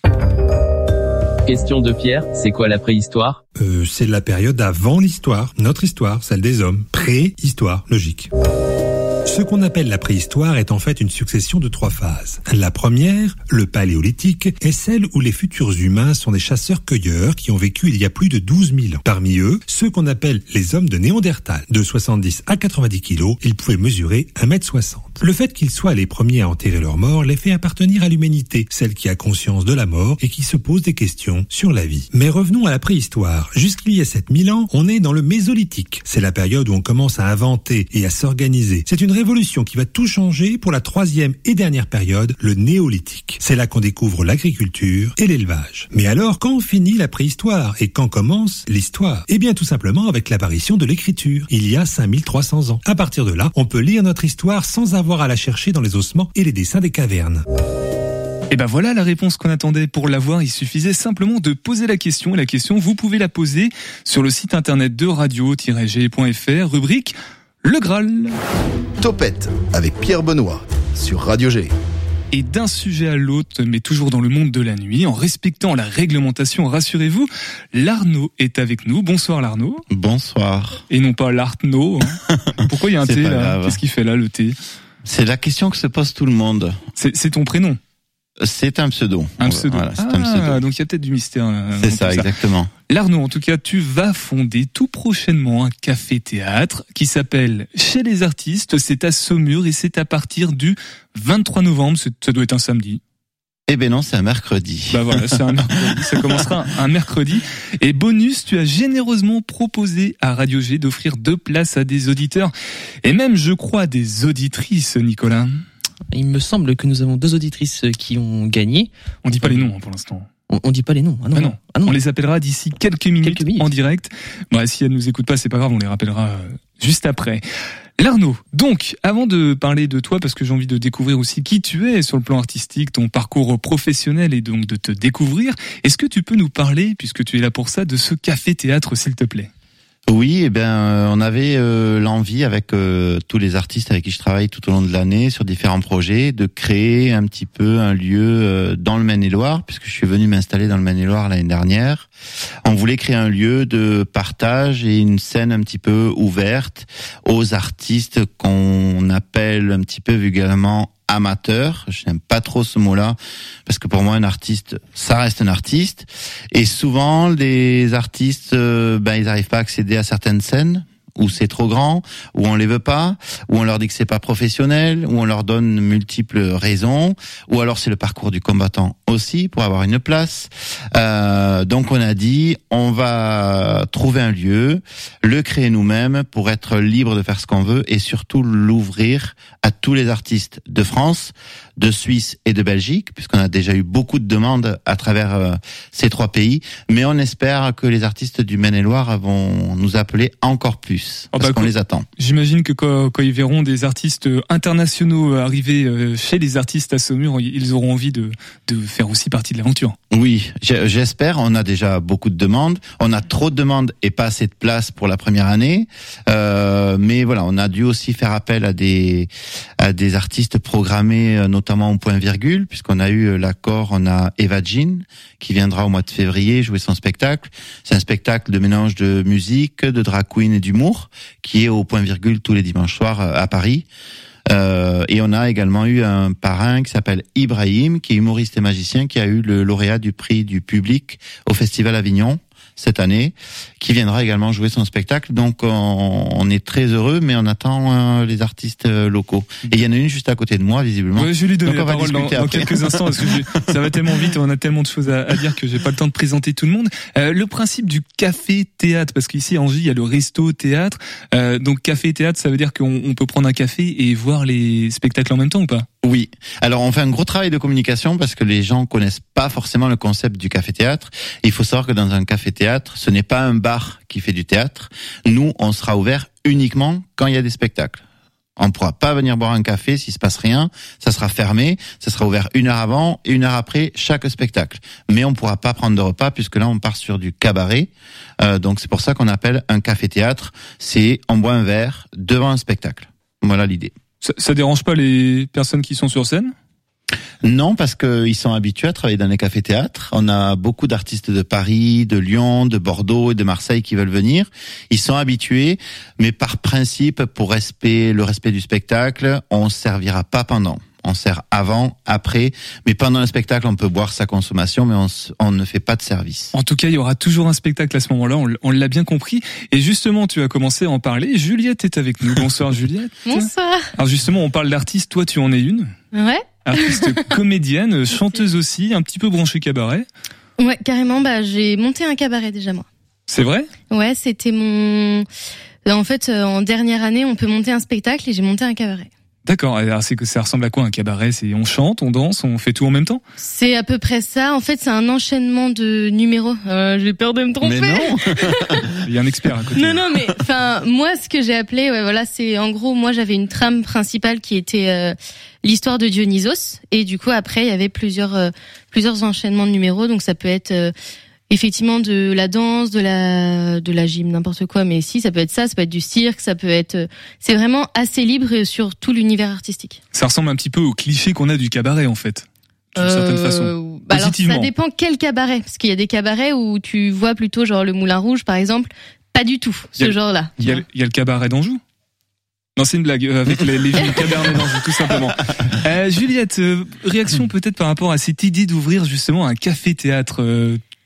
J: Question de Pierre, c'est quoi la préhistoire?
K: C'est la période avant l'histoire, notre histoire, celle des hommes. Préhistoire, logique. Ce qu'on appelle la préhistoire est en fait une succession de 3 phases. La première, le paléolithique, est celle où les futurs humains sont des chasseurs-cueilleurs qui ont vécu il y a plus de 12 000 ans. Parmi eux, ceux qu'on appelle les hommes de Néandertal. De 70 à 90 kilos, ils pouvaient mesurer 1,60 m. Le fait qu'ils soient les premiers à enterrer leurs morts les fait appartenir à l'humanité, celle qui a conscience de la mort et qui se pose des questions sur la vie. Mais revenons à la préhistoire. Jusqu'il y a 7000 ans, on est dans le mésolithique. C'est la période où on commence à inventer et à s'organiser. C'est une révolution qui va tout changer pour la 3e et dernière période, le néolithique. C'est là qu'on découvre l'agriculture et l'élevage. Mais alors, quand finit la préhistoire et quand commence l'histoire? Eh bien, tout simplement avec l'apparition de l'écriture, il y a 5300 ans. À partir de là, on peut lire notre histoire sans avoir à la chercher dans les ossements et les dessins des cavernes.
D: Et ben voilà la réponse qu'on attendait. Pour l'avoir, il suffisait simplement de poser la question. Et la question, vous pouvez la poser sur le site internet de radio-g.fr, rubrique Le Graal.
G: Topette avec Pierre Benoît sur Radio G.
D: Et d'un sujet à l'autre, mais toujours dans le monde de la nuit, en respectant la réglementation, rassurez-vous, l'Arnaud est avec nous. Bonsoir l'Arnaud.
L: Bonsoir.
D: Et non pas l'Arnaud. Pourquoi il y a un T là? Grave. Qu'est-ce qu'il fait là, le T?
L: C'est la question que se pose tout le monde.
D: C'est ton prénom?
L: C'est un pseudo.
D: Un pseudo.
L: Voilà, c'est un pseudo.
D: Donc il y a peut-être du mystère.
L: C'est ça, exactement.
D: L'Arnaud, en tout cas, tu vas fonder tout prochainement un café-théâtre qui s'appelle Chez les Artistes. C'est à Saumur et c'est à partir du 23 novembre. Ça doit être un samedi.
L: Eh ben non, c'est un mercredi.
D: Bah voilà, c'est un mercredi. Ça commencera un mercredi. Et bonus, tu as généreusement proposé à Radio G d'offrir 2 places à des auditeurs et même, je crois, des auditrices, Nicolas.
E: Il me semble que nous avons 2 auditrices qui ont gagné.
D: On dit pas les noms pour l'instant.
E: On dit pas les noms. Ah non.
D: On les appellera d'ici quelques minutes en direct. Bon, si elles nous écoutent pas, c'est pas grave, on les rappellera juste après. L'Arnaud, donc, avant de parler de toi, parce que j'ai envie de découvrir aussi qui tu es sur le plan artistique, ton parcours professionnel et donc de te découvrir, est-ce que tu peux nous parler, puisque tu es là pour ça, de ce café-théâtre, s'il te plaît ?
L: Oui, on avait l'envie avec tous les artistes avec qui je travaille tout au long de l'année sur différents projets de créer un petit peu un lieu dans le Maine-et-Loire, puisque je suis venu m'installer dans le Maine-et-Loire l'année dernière. On voulait créer un lieu de partage et une scène un petit peu ouverte aux artistes qu'on appelle un petit peu vulgairement amateur. Je n'aime pas trop ce mot-là parce que pour moi un artiste, ça reste un artiste. Et souvent les artistes, ils n'arrivent pas à accéder à certaines scènes où c'est trop grand, où on les veut pas, où on leur dit que c'est pas professionnel, où on leur donne multiples raisons, ou alors c'est le parcours du combattant aussi pour avoir une place. Donc on a dit on va trouver un lieu, le créer nous-mêmes pour être libre de faire ce qu'on veut et surtout l'ouvrir à tous les artistes de France, de Suisse et de Belgique, puisqu'on a déjà eu beaucoup de demandes à travers ces 3 pays, mais on espère que les artistes du Maine-et-Loire vont nous appeler encore plus, parce qu'on les attend.
D: J'imagine que quand ils verront des artistes internationaux arriver chez les artistes à Saumur, ils auront envie de faire aussi partie de l'aventure.
L: Oui, j'espère. On a déjà beaucoup de demandes. On a trop de demandes et pas assez de place pour la première année. Mais voilà, on a dû aussi faire appel à des artistes programmés, notamment au point virgule, puisqu'on a eu l'accord. On a Eva Jean qui viendra au mois de février jouer son spectacle. C'est un spectacle de mélange de musique, de drag queen et d'humour qui est au point virgule tous les dimanches soirs à Paris. Et on a également eu un parrain qui s'appelle Ibrahim, qui est humoriste et magicien, qui a eu le lauréat du prix du public au Festival Avignon cette année, qui viendra également jouer son spectacle. Donc on est très heureux, mais on attend les artistes locaux. Et il y en a une juste à côté de moi, visiblement.
D: Ouais, je vais lui donner la parole dans quelques instants, parce que ça va tellement vite, on a tellement de choses à dire que j'ai pas le temps de présenter tout le monde. Le principe du café-théâtre, parce qu'ici à Angy, il y a le resto-théâtre. Donc café-théâtre, ça veut dire qu'on peut prendre un café et voir les spectacles en même temps ou pas ?
L: Oui. Alors on fait un gros travail de communication parce que les gens connaissent pas forcément le concept du café-théâtre. Il faut savoir que dans un café-théâtre, ce n'est pas un bar qui fait du théâtre. Nous, on sera ouvert uniquement quand il y a des spectacles. On ne pourra pas venir boire un café s'il se passe rien. Ça sera fermé. Ça sera ouvert 1 heure avant et 1 heure après chaque spectacle. Mais on ne pourra pas prendre de repas puisque là, on part sur du cabaret. Donc c'est pour ça qu'on appelle un café-théâtre. C'est on boit un verre devant un spectacle. Voilà l'idée.
D: Ça dérange pas les personnes qui sont sur scène ?
L: Non, parce qu'ils sont habitués à travailler dans les cafés-théâtres. On a beaucoup d'artistes de Paris, de Lyon, de Bordeaux et de Marseille qui veulent venir. Ils sont habitués, mais par principe, pour le respect du spectacle, on servira pas pendant. On sert avant, après, mais pendant le spectacle, on peut boire sa consommation, mais on ne fait pas de service.
D: En tout cas, il y aura toujours un spectacle à ce moment-là, on l'a bien compris. Et justement, tu as commencé à en parler. Juliette est avec nous. Bonsoir Juliette.
M: Bonsoir.
D: Alors justement, on parle d'artiste, toi tu en es une.
M: Ouais.
D: Artiste comédienne, chanteuse aussi, un petit peu branchée cabaret.
M: Ouais, carrément, j'ai monté un cabaret déjà moi.
D: C'est vrai ?
M: Ouais, c'était en fait, en dernière année, on peut monter un spectacle et j'ai monté un cabaret.
D: D'accord, alors c'est que ça ressemble à quoi un cabaret ? C'est on chante, on danse, on fait tout en même temps ?
M: C'est à peu près ça. En fait, c'est un enchaînement de numéros. J'ai peur de me tromper.
L: Mais non.
D: Il y a un expert à côté.
M: Non, mais enfin, moi, ce que j'ai appelé, c'est en gros, moi, j'avais une trame principale qui était l'histoire de Dionysos, et du coup, après, il y avait plusieurs enchaînements de numéros. Donc, ça peut être effectivement de la danse, de la gym, n'importe quoi, mais si, ça peut être ça peut être du cirque, ça peut être, c'est vraiment assez libre sur tout l'univers artistique.
D: Ça ressemble un petit peu au cliché qu'on a du cabaret, en fait. D'une certaine façon.
M: Alors, ça dépend quel cabaret, parce qu'il y a des cabarets où tu vois plutôt genre le Moulin Rouge, par exemple, pas du tout, ce genre-là.
D: Il y a le cabaret d'Anjou. Non, c'est une blague, avec les vieux cabernets d'Anjou, tout simplement. Juliette, réaction peut-être par rapport à cette idée d'ouvrir justement un café-théâtre.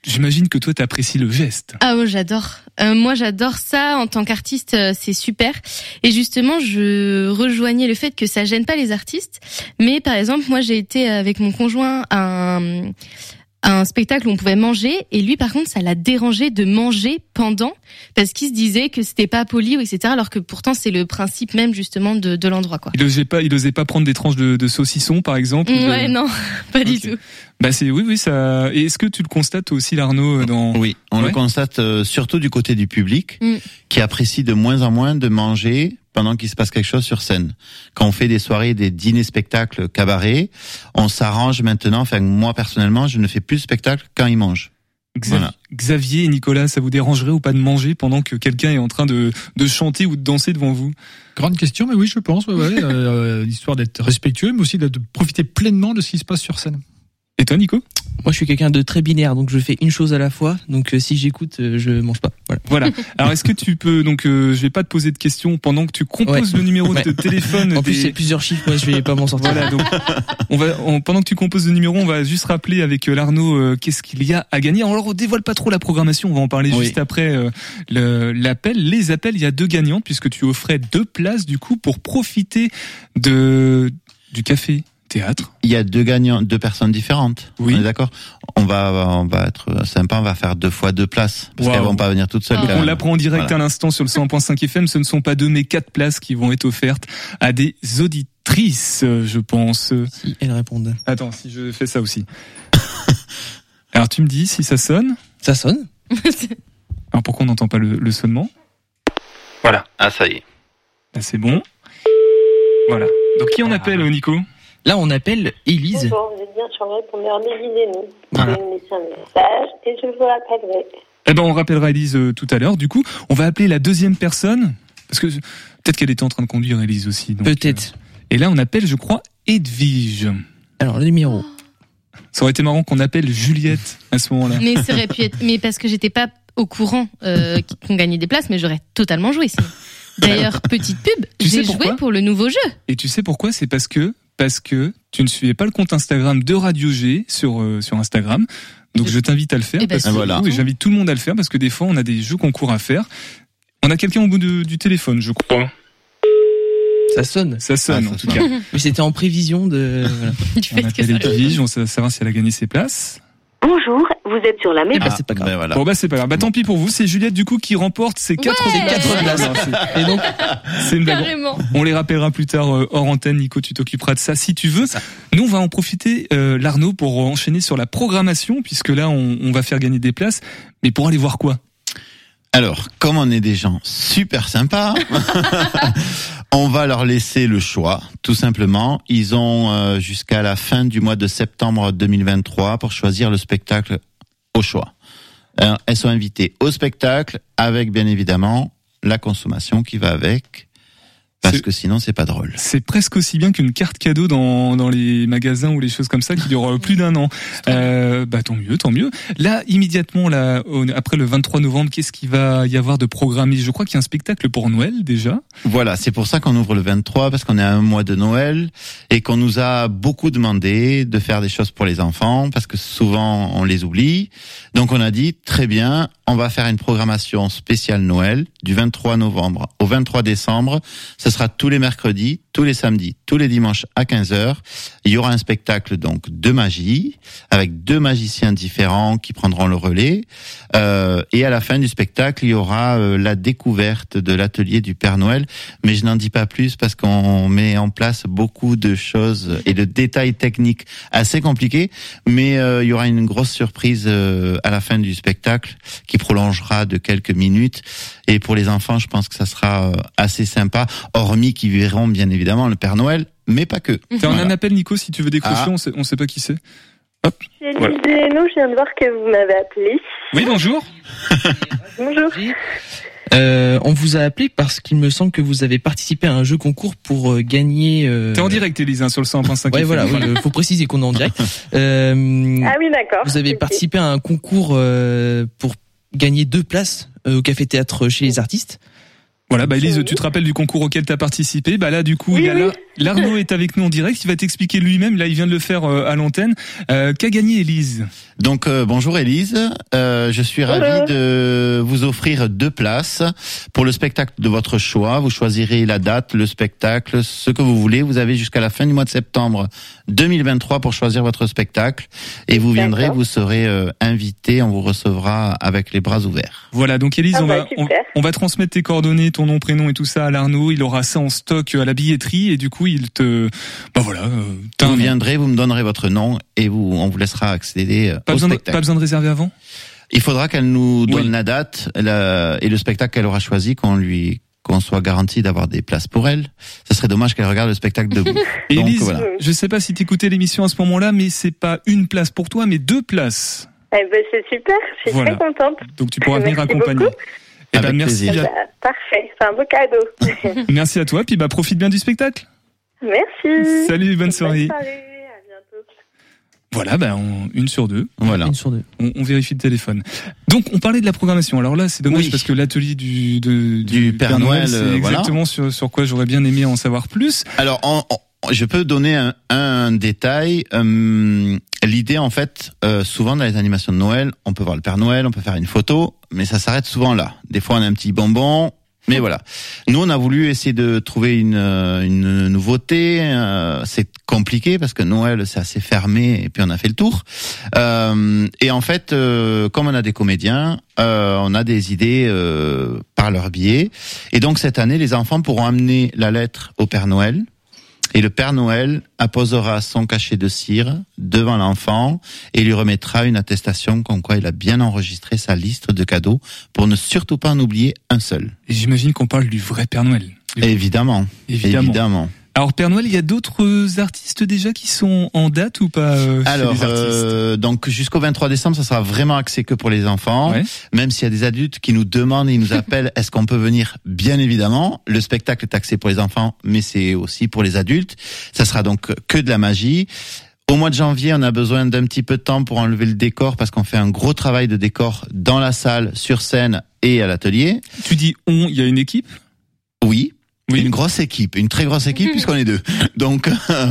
D: j'imagine que toi t'apprécies le geste.
M: Ah ouais, j'adore. Moi, j'adore ça. En tant qu'artiste, c'est super. Et justement, je rejoignais le fait que ça gêne pas les artistes. Mais par exemple, moi, j'ai été avec mon conjoint à un spectacle où on pouvait manger, et lui, par contre, ça l'a dérangé de manger pendant, parce qu'il se disait que c'était pas poli, etc., alors que pourtant, c'est le principe même, justement, de l'endroit, quoi.
D: Il osait pas prendre des tranches de saucisson, par exemple?
M: Ouais, non, pas du tout.
D: Bah oui, ça. Et est-ce que tu le constates aussi, Arnaud, dans...
L: Oui, on le constate surtout du côté du public, qui apprécie de moins en moins de manger pendant qu'il se passe quelque chose sur scène. Quand on fait des soirées, des dîners spectacles, cabarets, on s'arrange maintenant, enfin moi personnellement, je ne fais plus de spectacle quand ils mangent.
D: Voilà. Xavier et Nicolas, ça vous dérangerait ou pas de manger pendant que quelqu'un est en train de chanter ou de danser devant vous?
H: Grande question, mais oui, je pense, histoire d'être respectueux, mais aussi de profiter pleinement de ce qui se passe sur scène.
D: Et toi, Nico?
E: Moi, je suis quelqu'un de très binaire, donc je fais une chose à la fois. Donc, si j'écoute, je mange pas.
D: Voilà. Alors, est-ce que tu peux, donc, je vais pas te poser de questions pendant que tu composes le numéro de téléphone.
E: En plus, c'est plusieurs chiffres, moi, je vais pas m'en sortir.
D: Voilà, donc, pendant que tu composes le numéro, on va juste rappeler avec l'Arnaud, qu'est-ce qu'il y a à gagner. Alors, on dévoile pas trop la programmation, on va en parler juste après, les appels. Il y a 2 gagnantes, puisque tu offrais 2 places, du coup, pour profiter du café théâtre.
L: Il y a 2 gagnants, 2 personnes différentes.
D: Oui.
L: On est d'accord. On va être sympa, on va faire 2 fois 2 places. Parce qu'elles vont pas venir toutes seules.
D: Donc on l'apprend en direct à l'instant sur le 100.5 FM. Ce ne sont pas 2 mais 4 places qui vont être offertes à des auditrices, je pense.
E: Si elles répondent.
D: Attends, si je fais ça aussi. Alors tu me dis si ça sonne.
E: Ça sonne.
D: Alors pourquoi on n'entend pas le sonnement? Voilà.
L: Ah, ça y est.
D: Là, c'est bon. Voilà. Donc qui on appelle, Nico?
E: Là, on appelle Élise.
N: Bonjour, vous êtes bien sur le répondeur d'Élise. Je vais me laisser un message et je vous rappellerai.
D: Eh ben, on rappellera Élise tout à l'heure. Du coup, on va appeler la deuxième personne. Parce que peut-être qu'elle était en train de conduire, Élise aussi. Donc,
E: peut-être.
D: Et là, on appelle, je crois, Edwige.
E: Alors, le numéro.
D: Ça aurait été marrant qu'on appelle Juliette à ce moment-là.
M: Mais ça aurait pu être, mais parce que j'étais pas au courant qu'on gagnait des places, mais j'aurais totalement joué sinon. D'ailleurs, petite pub, j'ai joué pour le nouveau jeu.
D: Et tu sais pourquoi? C'est parce que tu ne suivais pas le compte Instagram de Radio G sur Instagram. Donc je t'invite à le faire. Oui, j'invite tout le monde à le faire parce que des fois on a des jeux concours à faire. On a quelqu'un au bout du téléphone, je crois.
E: Ça sonne.
D: Ça sonne en tout cas.
E: Mais c'était en prévision de. Voilà.
D: On appelle Edwige, on va savoir si elle a gagné ses places.
N: Bonjour, vous êtes sur la maison.
E: C'est pas grave.
L: Voilà.
D: Bon c'est pas grave. Tant pis pour vous, c'est Juliette du coup qui remporte ses 4 places. Et donc c'est une blague. On les rappellera plus tard hors antenne. Nico, tu t'occuperas de ça si tu veux. Nous on va en profiter l'Arnaud pour enchaîner sur la programmation puisque là on va faire gagner des places. Mais pour aller voir quoi?
L: Alors, comme on est des gens super sympas, on va leur laisser le choix, tout simplement. Ils ont jusqu'à la fin du mois de septembre 2023 pour choisir le spectacle au choix. Elles sont invitées au spectacle avec, bien évidemment, la consommation qui va avec. Parce que sinon, c'est pas drôle.
D: C'est presque aussi bien qu'une carte cadeau dans les magasins ou les choses comme ça qui durent plus d'un an. Tant mieux. Là, immédiatement, après le 23 novembre, qu'est-ce qu'il va y avoir de programmé? Je crois qu'il y a un spectacle pour Noël, déjà.
L: Voilà. C'est pour ça qu'on ouvre le 23, parce qu'on est à un mois de Noël et qu'on nous a beaucoup demandé de faire des choses pour les enfants parce que souvent, on les oublie. Donc, on a dit, très bien, on va faire une programmation spéciale Noël du 23 novembre au 23 décembre. Ce sera tous les mercredis, tous les samedis, tous les dimanches à 15h. Il y aura un spectacle donc de magie avec 2 magiciens différents qui prendront le relais. Et à la fin du spectacle, il y aura la découverte de l'atelier du Père Noël. Mais je n'en dis pas plus parce qu'on met en place beaucoup de choses et de détails techniques assez compliqués. Mais il y aura une grosse surprise à la fin du spectacle qui prolongera de quelques minutes. Et pour les enfants, je pense que ça sera assez sympa, hormis qu'ils verront bien évidemment le Père Noël, mais pas que.
D: T'as un appel, Nico, si tu veux décrocher, on sait pas qui c'est. Hop.
N: C'est Élise Delano, je viens de voir que vous m'avez appelé.
D: Oui, bonjour.
N: Bonjour.
E: On vous a appelé parce qu'il me semble que vous avez participé à un jeu concours pour gagner.
D: T'es en direct, Élise, sur le 100.5.
E: Ouais, voilà. Faut préciser qu'on est en direct.
N: Ah oui, d'accord.
E: Vous avez participé à un concours pour gagner 2 places au Café Théâtre chez les artistes.
D: Voilà, Élise, tu te rappelles du concours auquel tu as participé? Là, du coup, il y a L'Arnaud est avec nous en direct, il va t'expliquer lui-même, là il vient de le faire à l'antenne. Qu'a gagné Élise ?
L: Donc bonjour Élise, je suis ravi de vous offrir 2 places pour le spectacle de votre choix. Vous choisirez la date, le spectacle, ce que vous voulez. Vous avez jusqu'à la fin du mois de septembre 2023 pour choisir votre spectacle et vous viendrez, vous serez invité, on vous recevra avec les bras ouverts.
D: Voilà, donc Élise, on va transmettre tes coordonnées, ton nom, prénom et tout ça à l'Arnaud. Il aura ça en stock à la billetterie et du coup il te...
L: vous viendrez, vous me donnerez votre nom et on vous laissera accéder au spectacle.
D: Pas besoin de réserver avant ?
L: Il faudra qu'elle nous donne la date et le spectacle qu'elle aura choisi, qu'on soit garanti d'avoir des places pour elle. Ça serait dommage qu'elle regarde le spectacle debout.
D: Élise, voilà. Je sais pas si t'écoutais l'émission à ce moment-là, mais c'est pas une place pour toi, mais 2 places.
N: Eh ben, c'est super, je suis très contente.
D: Donc tu pourras venir accompagner.
L: Avec
D: merci.
L: plaisir.
N: Parfait, c'est un beau cadeau.
D: Merci à toi, puis profite bien du spectacle.
N: Merci.
D: Salut, bonne soirée.
N: Bonne soirée, à bientôt.
D: Voilà, 1 sur 2.
L: Voilà.
E: 1 sur 2.
D: On vérifie le téléphone. Donc, on parlait de la programmation. Alors là, c'est dommage parce que l'atelier du
L: Père Noël,
D: c'est exactement sur quoi j'aurais bien aimé en savoir plus.
L: Alors, je peux donner un détail. L'idée, en fait, souvent dans les animations de Noël, on peut voir le Père Noël, on peut faire une photo, mais ça s'arrête souvent là. Des fois, on a un petit bonbon. Mais voilà. Nous, on a voulu essayer de trouver une nouveauté. C'est compliqué parce que Noël, c'est assez fermé et puis on a fait le tour. Et en fait, comme on a des comédiens, on a des idées par leur biais. Et donc, cette année, les enfants pourront amener la lettre au Père Noël. Et le Père Noël apposera son cachet de cire devant l'enfant et lui remettra une attestation comme quoi il a bien enregistré sa liste de cadeaux pour ne surtout pas en oublier un seul.
D: Et j'imagine qu'on parle du vrai Père Noël.
L: Évidemment.
D: Alors Père Noël, il y a d'autres artistes déjà qui sont en date ou pas
L: Alors,
D: chez les artistes
L: donc jusqu'au 23 décembre, ça sera vraiment axé que pour les enfants. Ouais. Même s'il y a des adultes qui nous demandent et ils nous appellent, est-ce qu'on peut venir ? Bien évidemment. Le spectacle est axé pour les enfants, mais c'est aussi pour les adultes. Ça sera donc que de la magie. Au mois de janvier, on a besoin d'un petit peu de temps pour enlever le décor parce qu'on fait un gros travail de décor dans la salle, sur scène et à l'atelier.
D: Tu dis on, il y a une équipe ?
L: Oui. Une grosse équipe, une très grosse équipe puisqu'on est 2. Donc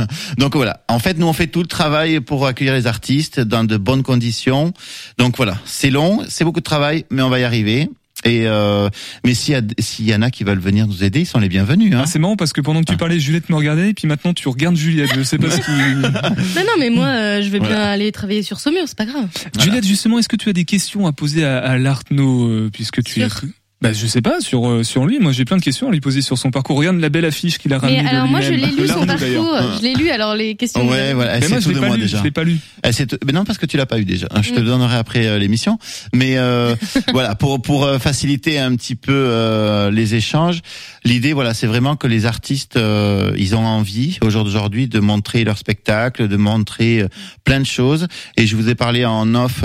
L: voilà. En fait, nous on fait tout le travail pour accueillir les artistes dans de bonnes conditions. Donc voilà, c'est long, c'est beaucoup de travail, mais on va y arriver. Et mais s'il y en a qui veulent venir nous aider, ils sont les bienvenus. Hein.
D: C'est marrant parce que pendant que tu parlais, Juliette me regardait et puis maintenant tu regardes Juliette. Je sais pas ce qui.
M: Non, mais moi je vais bien aller travailler sur Saumur, c'est pas grave.
D: Juliette, justement, est-ce que tu as des questions à poser à l'Arnaud puisque tu es. Je sais pas, sur lui. Moi, j'ai plein de questions à lui poser sur son parcours. Regarde la belle affiche qu'il a ramenée.
M: Mais alors, moi, je l'ai lu son parcours. Je l'ai lu, alors les questions.
L: Ouais, voilà.
D: Mais moi, je l'ai pas lu.
L: Mais non, parce que tu l'as pas eu déjà. Je te le donnerai après l'émission. Mais, voilà, pour faciliter un petit peu, les échanges. L'idée, voilà, c'est vraiment que les artistes, ils ont envie, au jour d'aujourd'hui, de montrer leur spectacle, de montrer plein de choses. Et je vous ai parlé en off,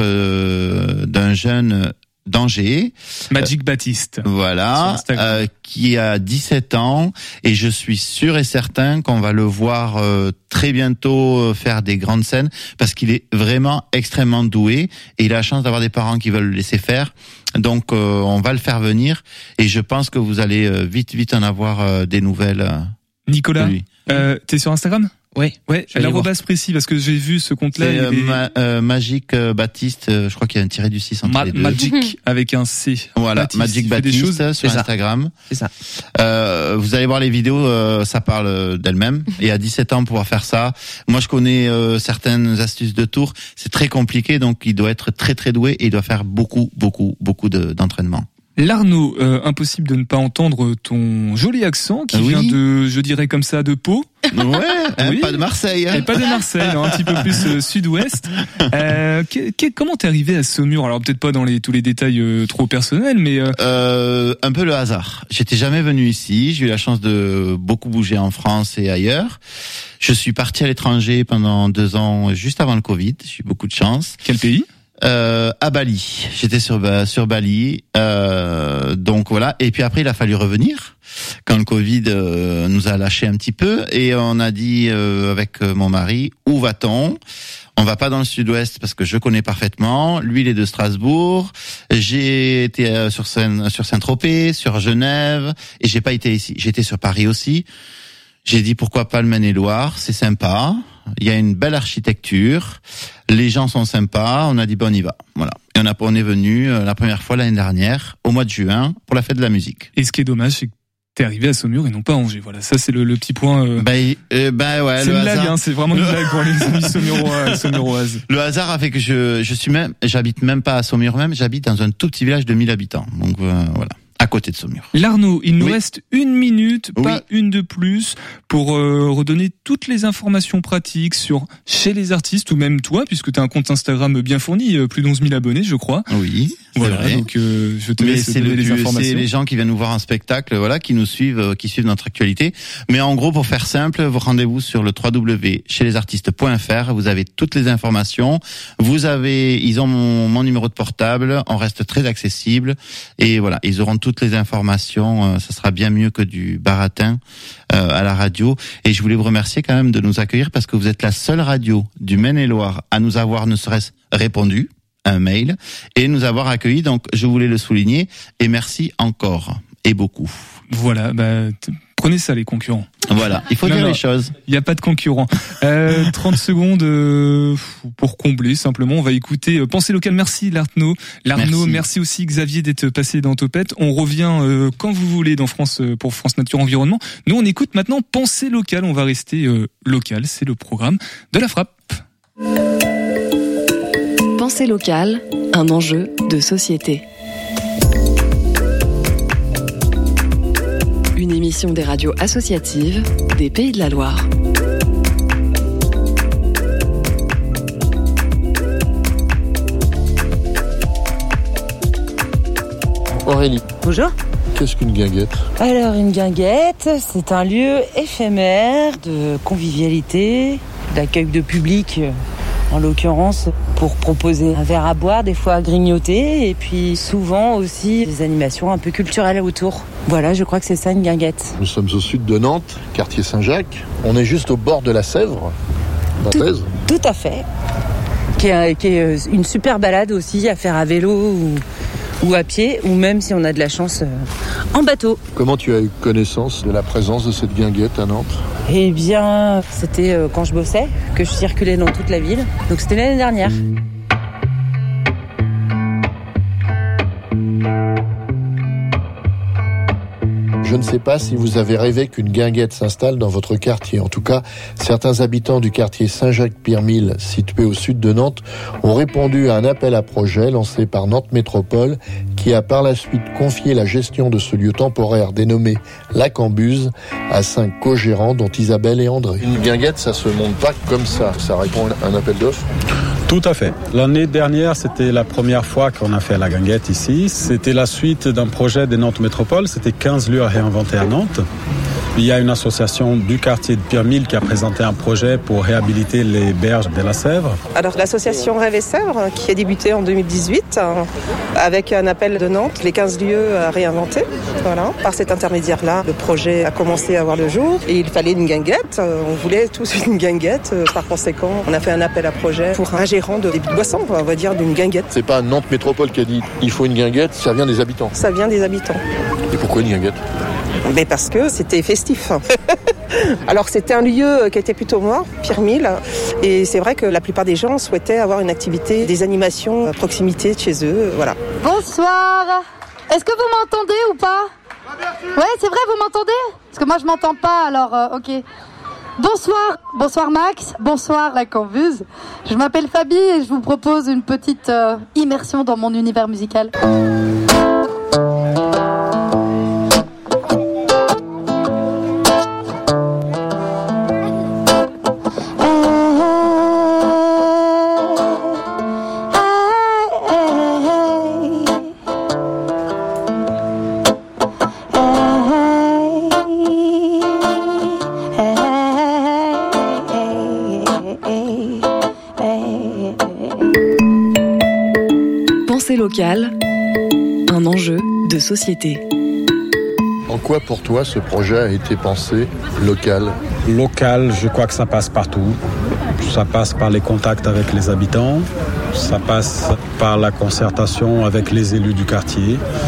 L: d'un jeune, d'Angers.
D: Magic Baptiste.
L: Voilà. Qui a 17 ans et je suis sûr et certain qu'on va le voir très bientôt faire des grandes scènes parce qu'il est vraiment extrêmement doué et il a la chance d'avoir des parents qui veulent le laisser faire. Donc on va le faire venir et je pense que vous allez vite en avoir des nouvelles.
D: Nicolas, t'es sur Instagram ?
E: Ouais.
D: L'arrobase précis parce que j'ai vu ce compte-là.
L: C'est Magic Baptiste. Je crois qu'il y a un tiré du 6 entre les deux.
D: Magic avec un C.
L: Voilà,
D: Baptiste,
L: Magic Baptiste sur Instagram.
E: C'est ça.
L: Vous allez voir les vidéos, ça parle d'elle-même. Et à 17 ans pouvoir faire ça. Moi, je connais certaines astuces de tour. C'est très compliqué, donc il doit être très très doué et il doit faire beaucoup d'entraînement.
D: L'Arnaud, impossible de ne pas entendre ton joli accent qui vient de, je dirais comme ça, de Pau.
L: Ouais, pas de Marseille.
D: Et pas de Marseille, non, un petit peu plus sud-ouest. Comment t'es arrivé à Saumur ? Alors peut-être pas dans tous les détails trop personnels, mais
L: un peu le hasard. J'étais jamais venu ici. J'ai eu la chance de beaucoup bouger en France et ailleurs. Je suis parti à l'étranger pendant 2 ans, juste avant le Covid. J'ai eu beaucoup de chance.
D: Quel pays ?
L: À Bali. J'étais sur Bali. Donc voilà. Et puis après, il a fallu revenir quand le Covid nous a lâché un petit peu et on a dit avec mon mari, où va-t-on ? On va pas dans le sud-ouest parce que je connais parfaitement. Lui, il est de Strasbourg. J'ai été sur Saint-Tropez, sur Genève et j'ai pas été ici. J'étais sur Paris aussi. J'ai dit pourquoi pas le Maine-et-Loire, c'est sympa. Il y a une belle architecture, les gens sont sympas, on a dit on y va, voilà. Et on est venu la première fois l'année dernière, au mois de juin, pour la fête de la musique.
D: Et ce qui est dommage, c'est que t'es arrivé à Saumur et non pas à Angers, voilà. Ça c'est le petit point.
L: Ouais,
D: c'est une blague, hein, c'est vraiment une blague pour les amis saumuroises.
L: Le hasard a fait que j'habite même pas à Saumur même, j'habite dans un tout petit village de 1000 habitants, donc voilà. À côté de Saumur.
D: L'Arnaud, il nous reste 1 minute, pas une de plus, pour redonner toutes les informations pratiques sur chez les artistes ou même toi, puisque tu as un compte Instagram bien fourni, plus d'11 000 abonnés, je crois.
L: Oui.
D: Voilà, vrai. Donc je te laisse donner les informations.
L: C'est les gens qui viennent nous voir en spectacle, voilà, qui nous suivent, qui suivent notre actualité. Mais en gros, pour faire simple, vous rendez-vous sur le www.cheslesartistes.fr. Vous avez toutes les informations. Ils ont mon numéro de portable. On reste très accessible et voilà, ils auront toutes les informations. Ça sera bien mieux que du baratin à la radio. Et je voulais vous remercier quand même de nous accueillir parce que vous êtes la seule radio du Maine-et-Loire à nous avoir ne serait-ce répondu un mail et nous avoir accueillis, donc je voulais le souligner et merci encore et beaucoup.
D: Voilà, prenez ça les concurrents.
L: Voilà, il faut dire les choses.
D: Il n'y a pas de concurrents. 30 secondes pour combler simplement. On va écouter Pensée locale. Merci l'Arnaud, merci aussi Xavier d'être passé dans Topette. On revient quand vous voulez dans France pour France Nature Environnement. Nous on écoute maintenant Pensée locale. On va rester local. C'est le programme de la Frappe.
B: Pensée locale, un enjeu de société. Une émission des radios associatives des Pays de la Loire.
O: Aurélie.
P: Bonjour.
O: Qu'est-ce qu'une guinguette ?
P: Alors, une guinguette, c'est un lieu éphémère de convivialité, d'accueil de public, en l'occurrence, pour proposer un verre à boire, des fois à grignoter, et puis souvent aussi des animations un peu culturelles autour. Voilà, je crois que c'est ça une guinguette.
O: Nous sommes au sud de Nantes, quartier Saint-Jacques. On est juste au bord de la Sèvre, nantaise.
P: Tout à fait. Qui est une super balade aussi à faire à vélo ou à pied, ou même si on a de la chance en bateau.
O: Comment tu as eu connaissance de la présence de cette guinguette à Nantes ?
P: Eh bien, c'était quand je bossais, que je circulais dans toute la ville. Donc c'était l'année dernière.
O: Je ne sais pas si vous avez rêvé qu'une guinguette s'installe dans votre quartier. En tout cas, certains habitants du quartier Saint-Jacques-Pirmille, situé au sud de Nantes, ont répondu à un appel à projet lancé par Nantes Métropole, qui a par la suite confié la gestion de ce lieu temporaire dénommé La Cambuse à 5 co-gérants, dont Isabelle et André. Une guinguette, ça se monte pas comme ça. Ça répond à un appel d'offres ?
Q: Tout à fait. L'année dernière, c'était la première fois qu'on a fait la guinguette ici. C'était la suite d'un projet de Nantes Métropole. C'était 15 lieux à réinventer à Nantes. Il y a une association du quartier de Pirmille qui a présenté un projet pour réhabiliter les berges de la Sèvre.
R: Alors l'association Rêve et Sèvres, qui a débuté en 2018, avec un appel de Nantes, les 15 lieux à réinventer. Voilà. Par cet intermédiaire-là, le projet a commencé à voir le jour et il fallait une guinguette. On voulait tous une guinguette. Par conséquent, on a fait un appel à projet pour un gérant de débit de boisson, on va dire, d'une guinguette.
O: C'est pas Nantes Métropole qui a dit il faut une guinguette, ça vient des habitants.
R: Ça vient des habitants.
O: Et pourquoi une guinguette ?
R: Mais parce que c'était festif. Alors c'était un lieu qui était plutôt mort, Pirmille, et c'est vrai que la plupart des gens souhaitaient avoir une activité, des animations à proximité de chez eux, voilà.
S: Bonsoir. Est-ce que vous m'entendez ou pas ? Ouais, c'est vrai, vous m'entendez ? Parce que moi je m'entends pas, alors ok. Bonsoir Max, bonsoir la Cambuse. Je m'appelle Fabi et je vous propose une petite immersion dans mon univers musical.
B: Local, un enjeu de société.
O: En quoi pour toi ce projet a été pensé local ?
Q: Local, je crois que ça passe partout. Ça passe par les contacts avec les habitants, ça passe par la concertation avec les élus du quartier.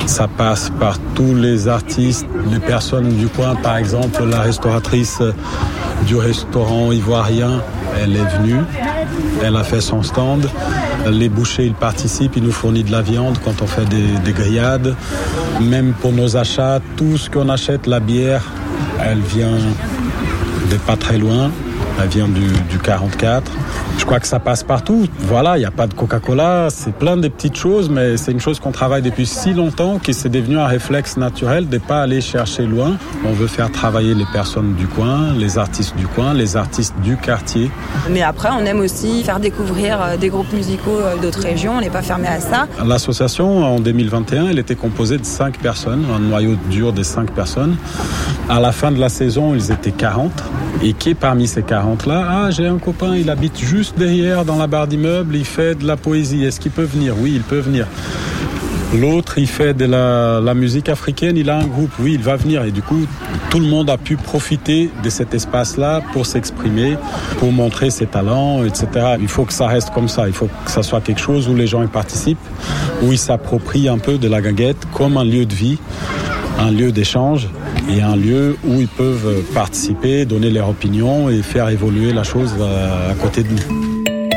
Q: Ça passe par tous les artistes, les personnes du coin. Par exemple, la restauratrice du restaurant ivoirien, elle est venue, elle a fait son stand. Les bouchers, ils participent, ils nous fournissent de la viande quand on fait des grillades. Même pour nos achats, tout ce qu'on achète, la bière, elle vient de pas très loin. Elle vient du 44. Je crois que ça passe partout. Voilà, il n'y a pas de Coca-Cola. C'est plein de petites choses, mais c'est une chose qu'on travaille depuis si longtemps que c'est devenu un réflexe naturel de ne pas aller chercher loin. On veut faire travailler les personnes du coin, les artistes du coin, les artistes du quartier.
T: Mais après, on aime aussi faire découvrir des groupes musicaux d'autres régions. On n'est pas fermé à ça.
Q: L'association, en 2021, elle était composée de 5 personnes, un noyau dur de 5 personnes. À la fin de la saison, ils étaient 40. Et qui parmi ces 40-là, j'ai un copain, il habite juste derrière dans la barre d'immeuble, il fait de la poésie. Est-ce qu'il peut venir? Oui, il peut venir. L'autre, il fait de la musique africaine, il a un groupe, oui, il va venir. Et du coup, tout le monde a pu profiter de cet espace-là pour s'exprimer, pour montrer ses talents, etc. Il faut que ça reste comme ça, il faut que ça soit quelque chose où les gens y participent, où ils s'approprient un peu de la guinguette comme un lieu de vie, un lieu d'échange et un lieu où ils peuvent participer, donner leur opinion et faire évoluer la chose à côté de nous.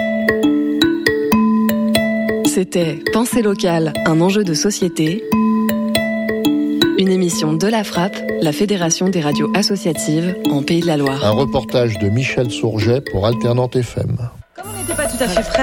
B: C'était Pensée locale, un enjeu de société. Une émission de la Frappe, la Fédération des radios associatives en Pays de la Loire.
O: Un reportage de Michel Sourget pour Alternante FM.
T: Comme on n'était pas tout à fait prêts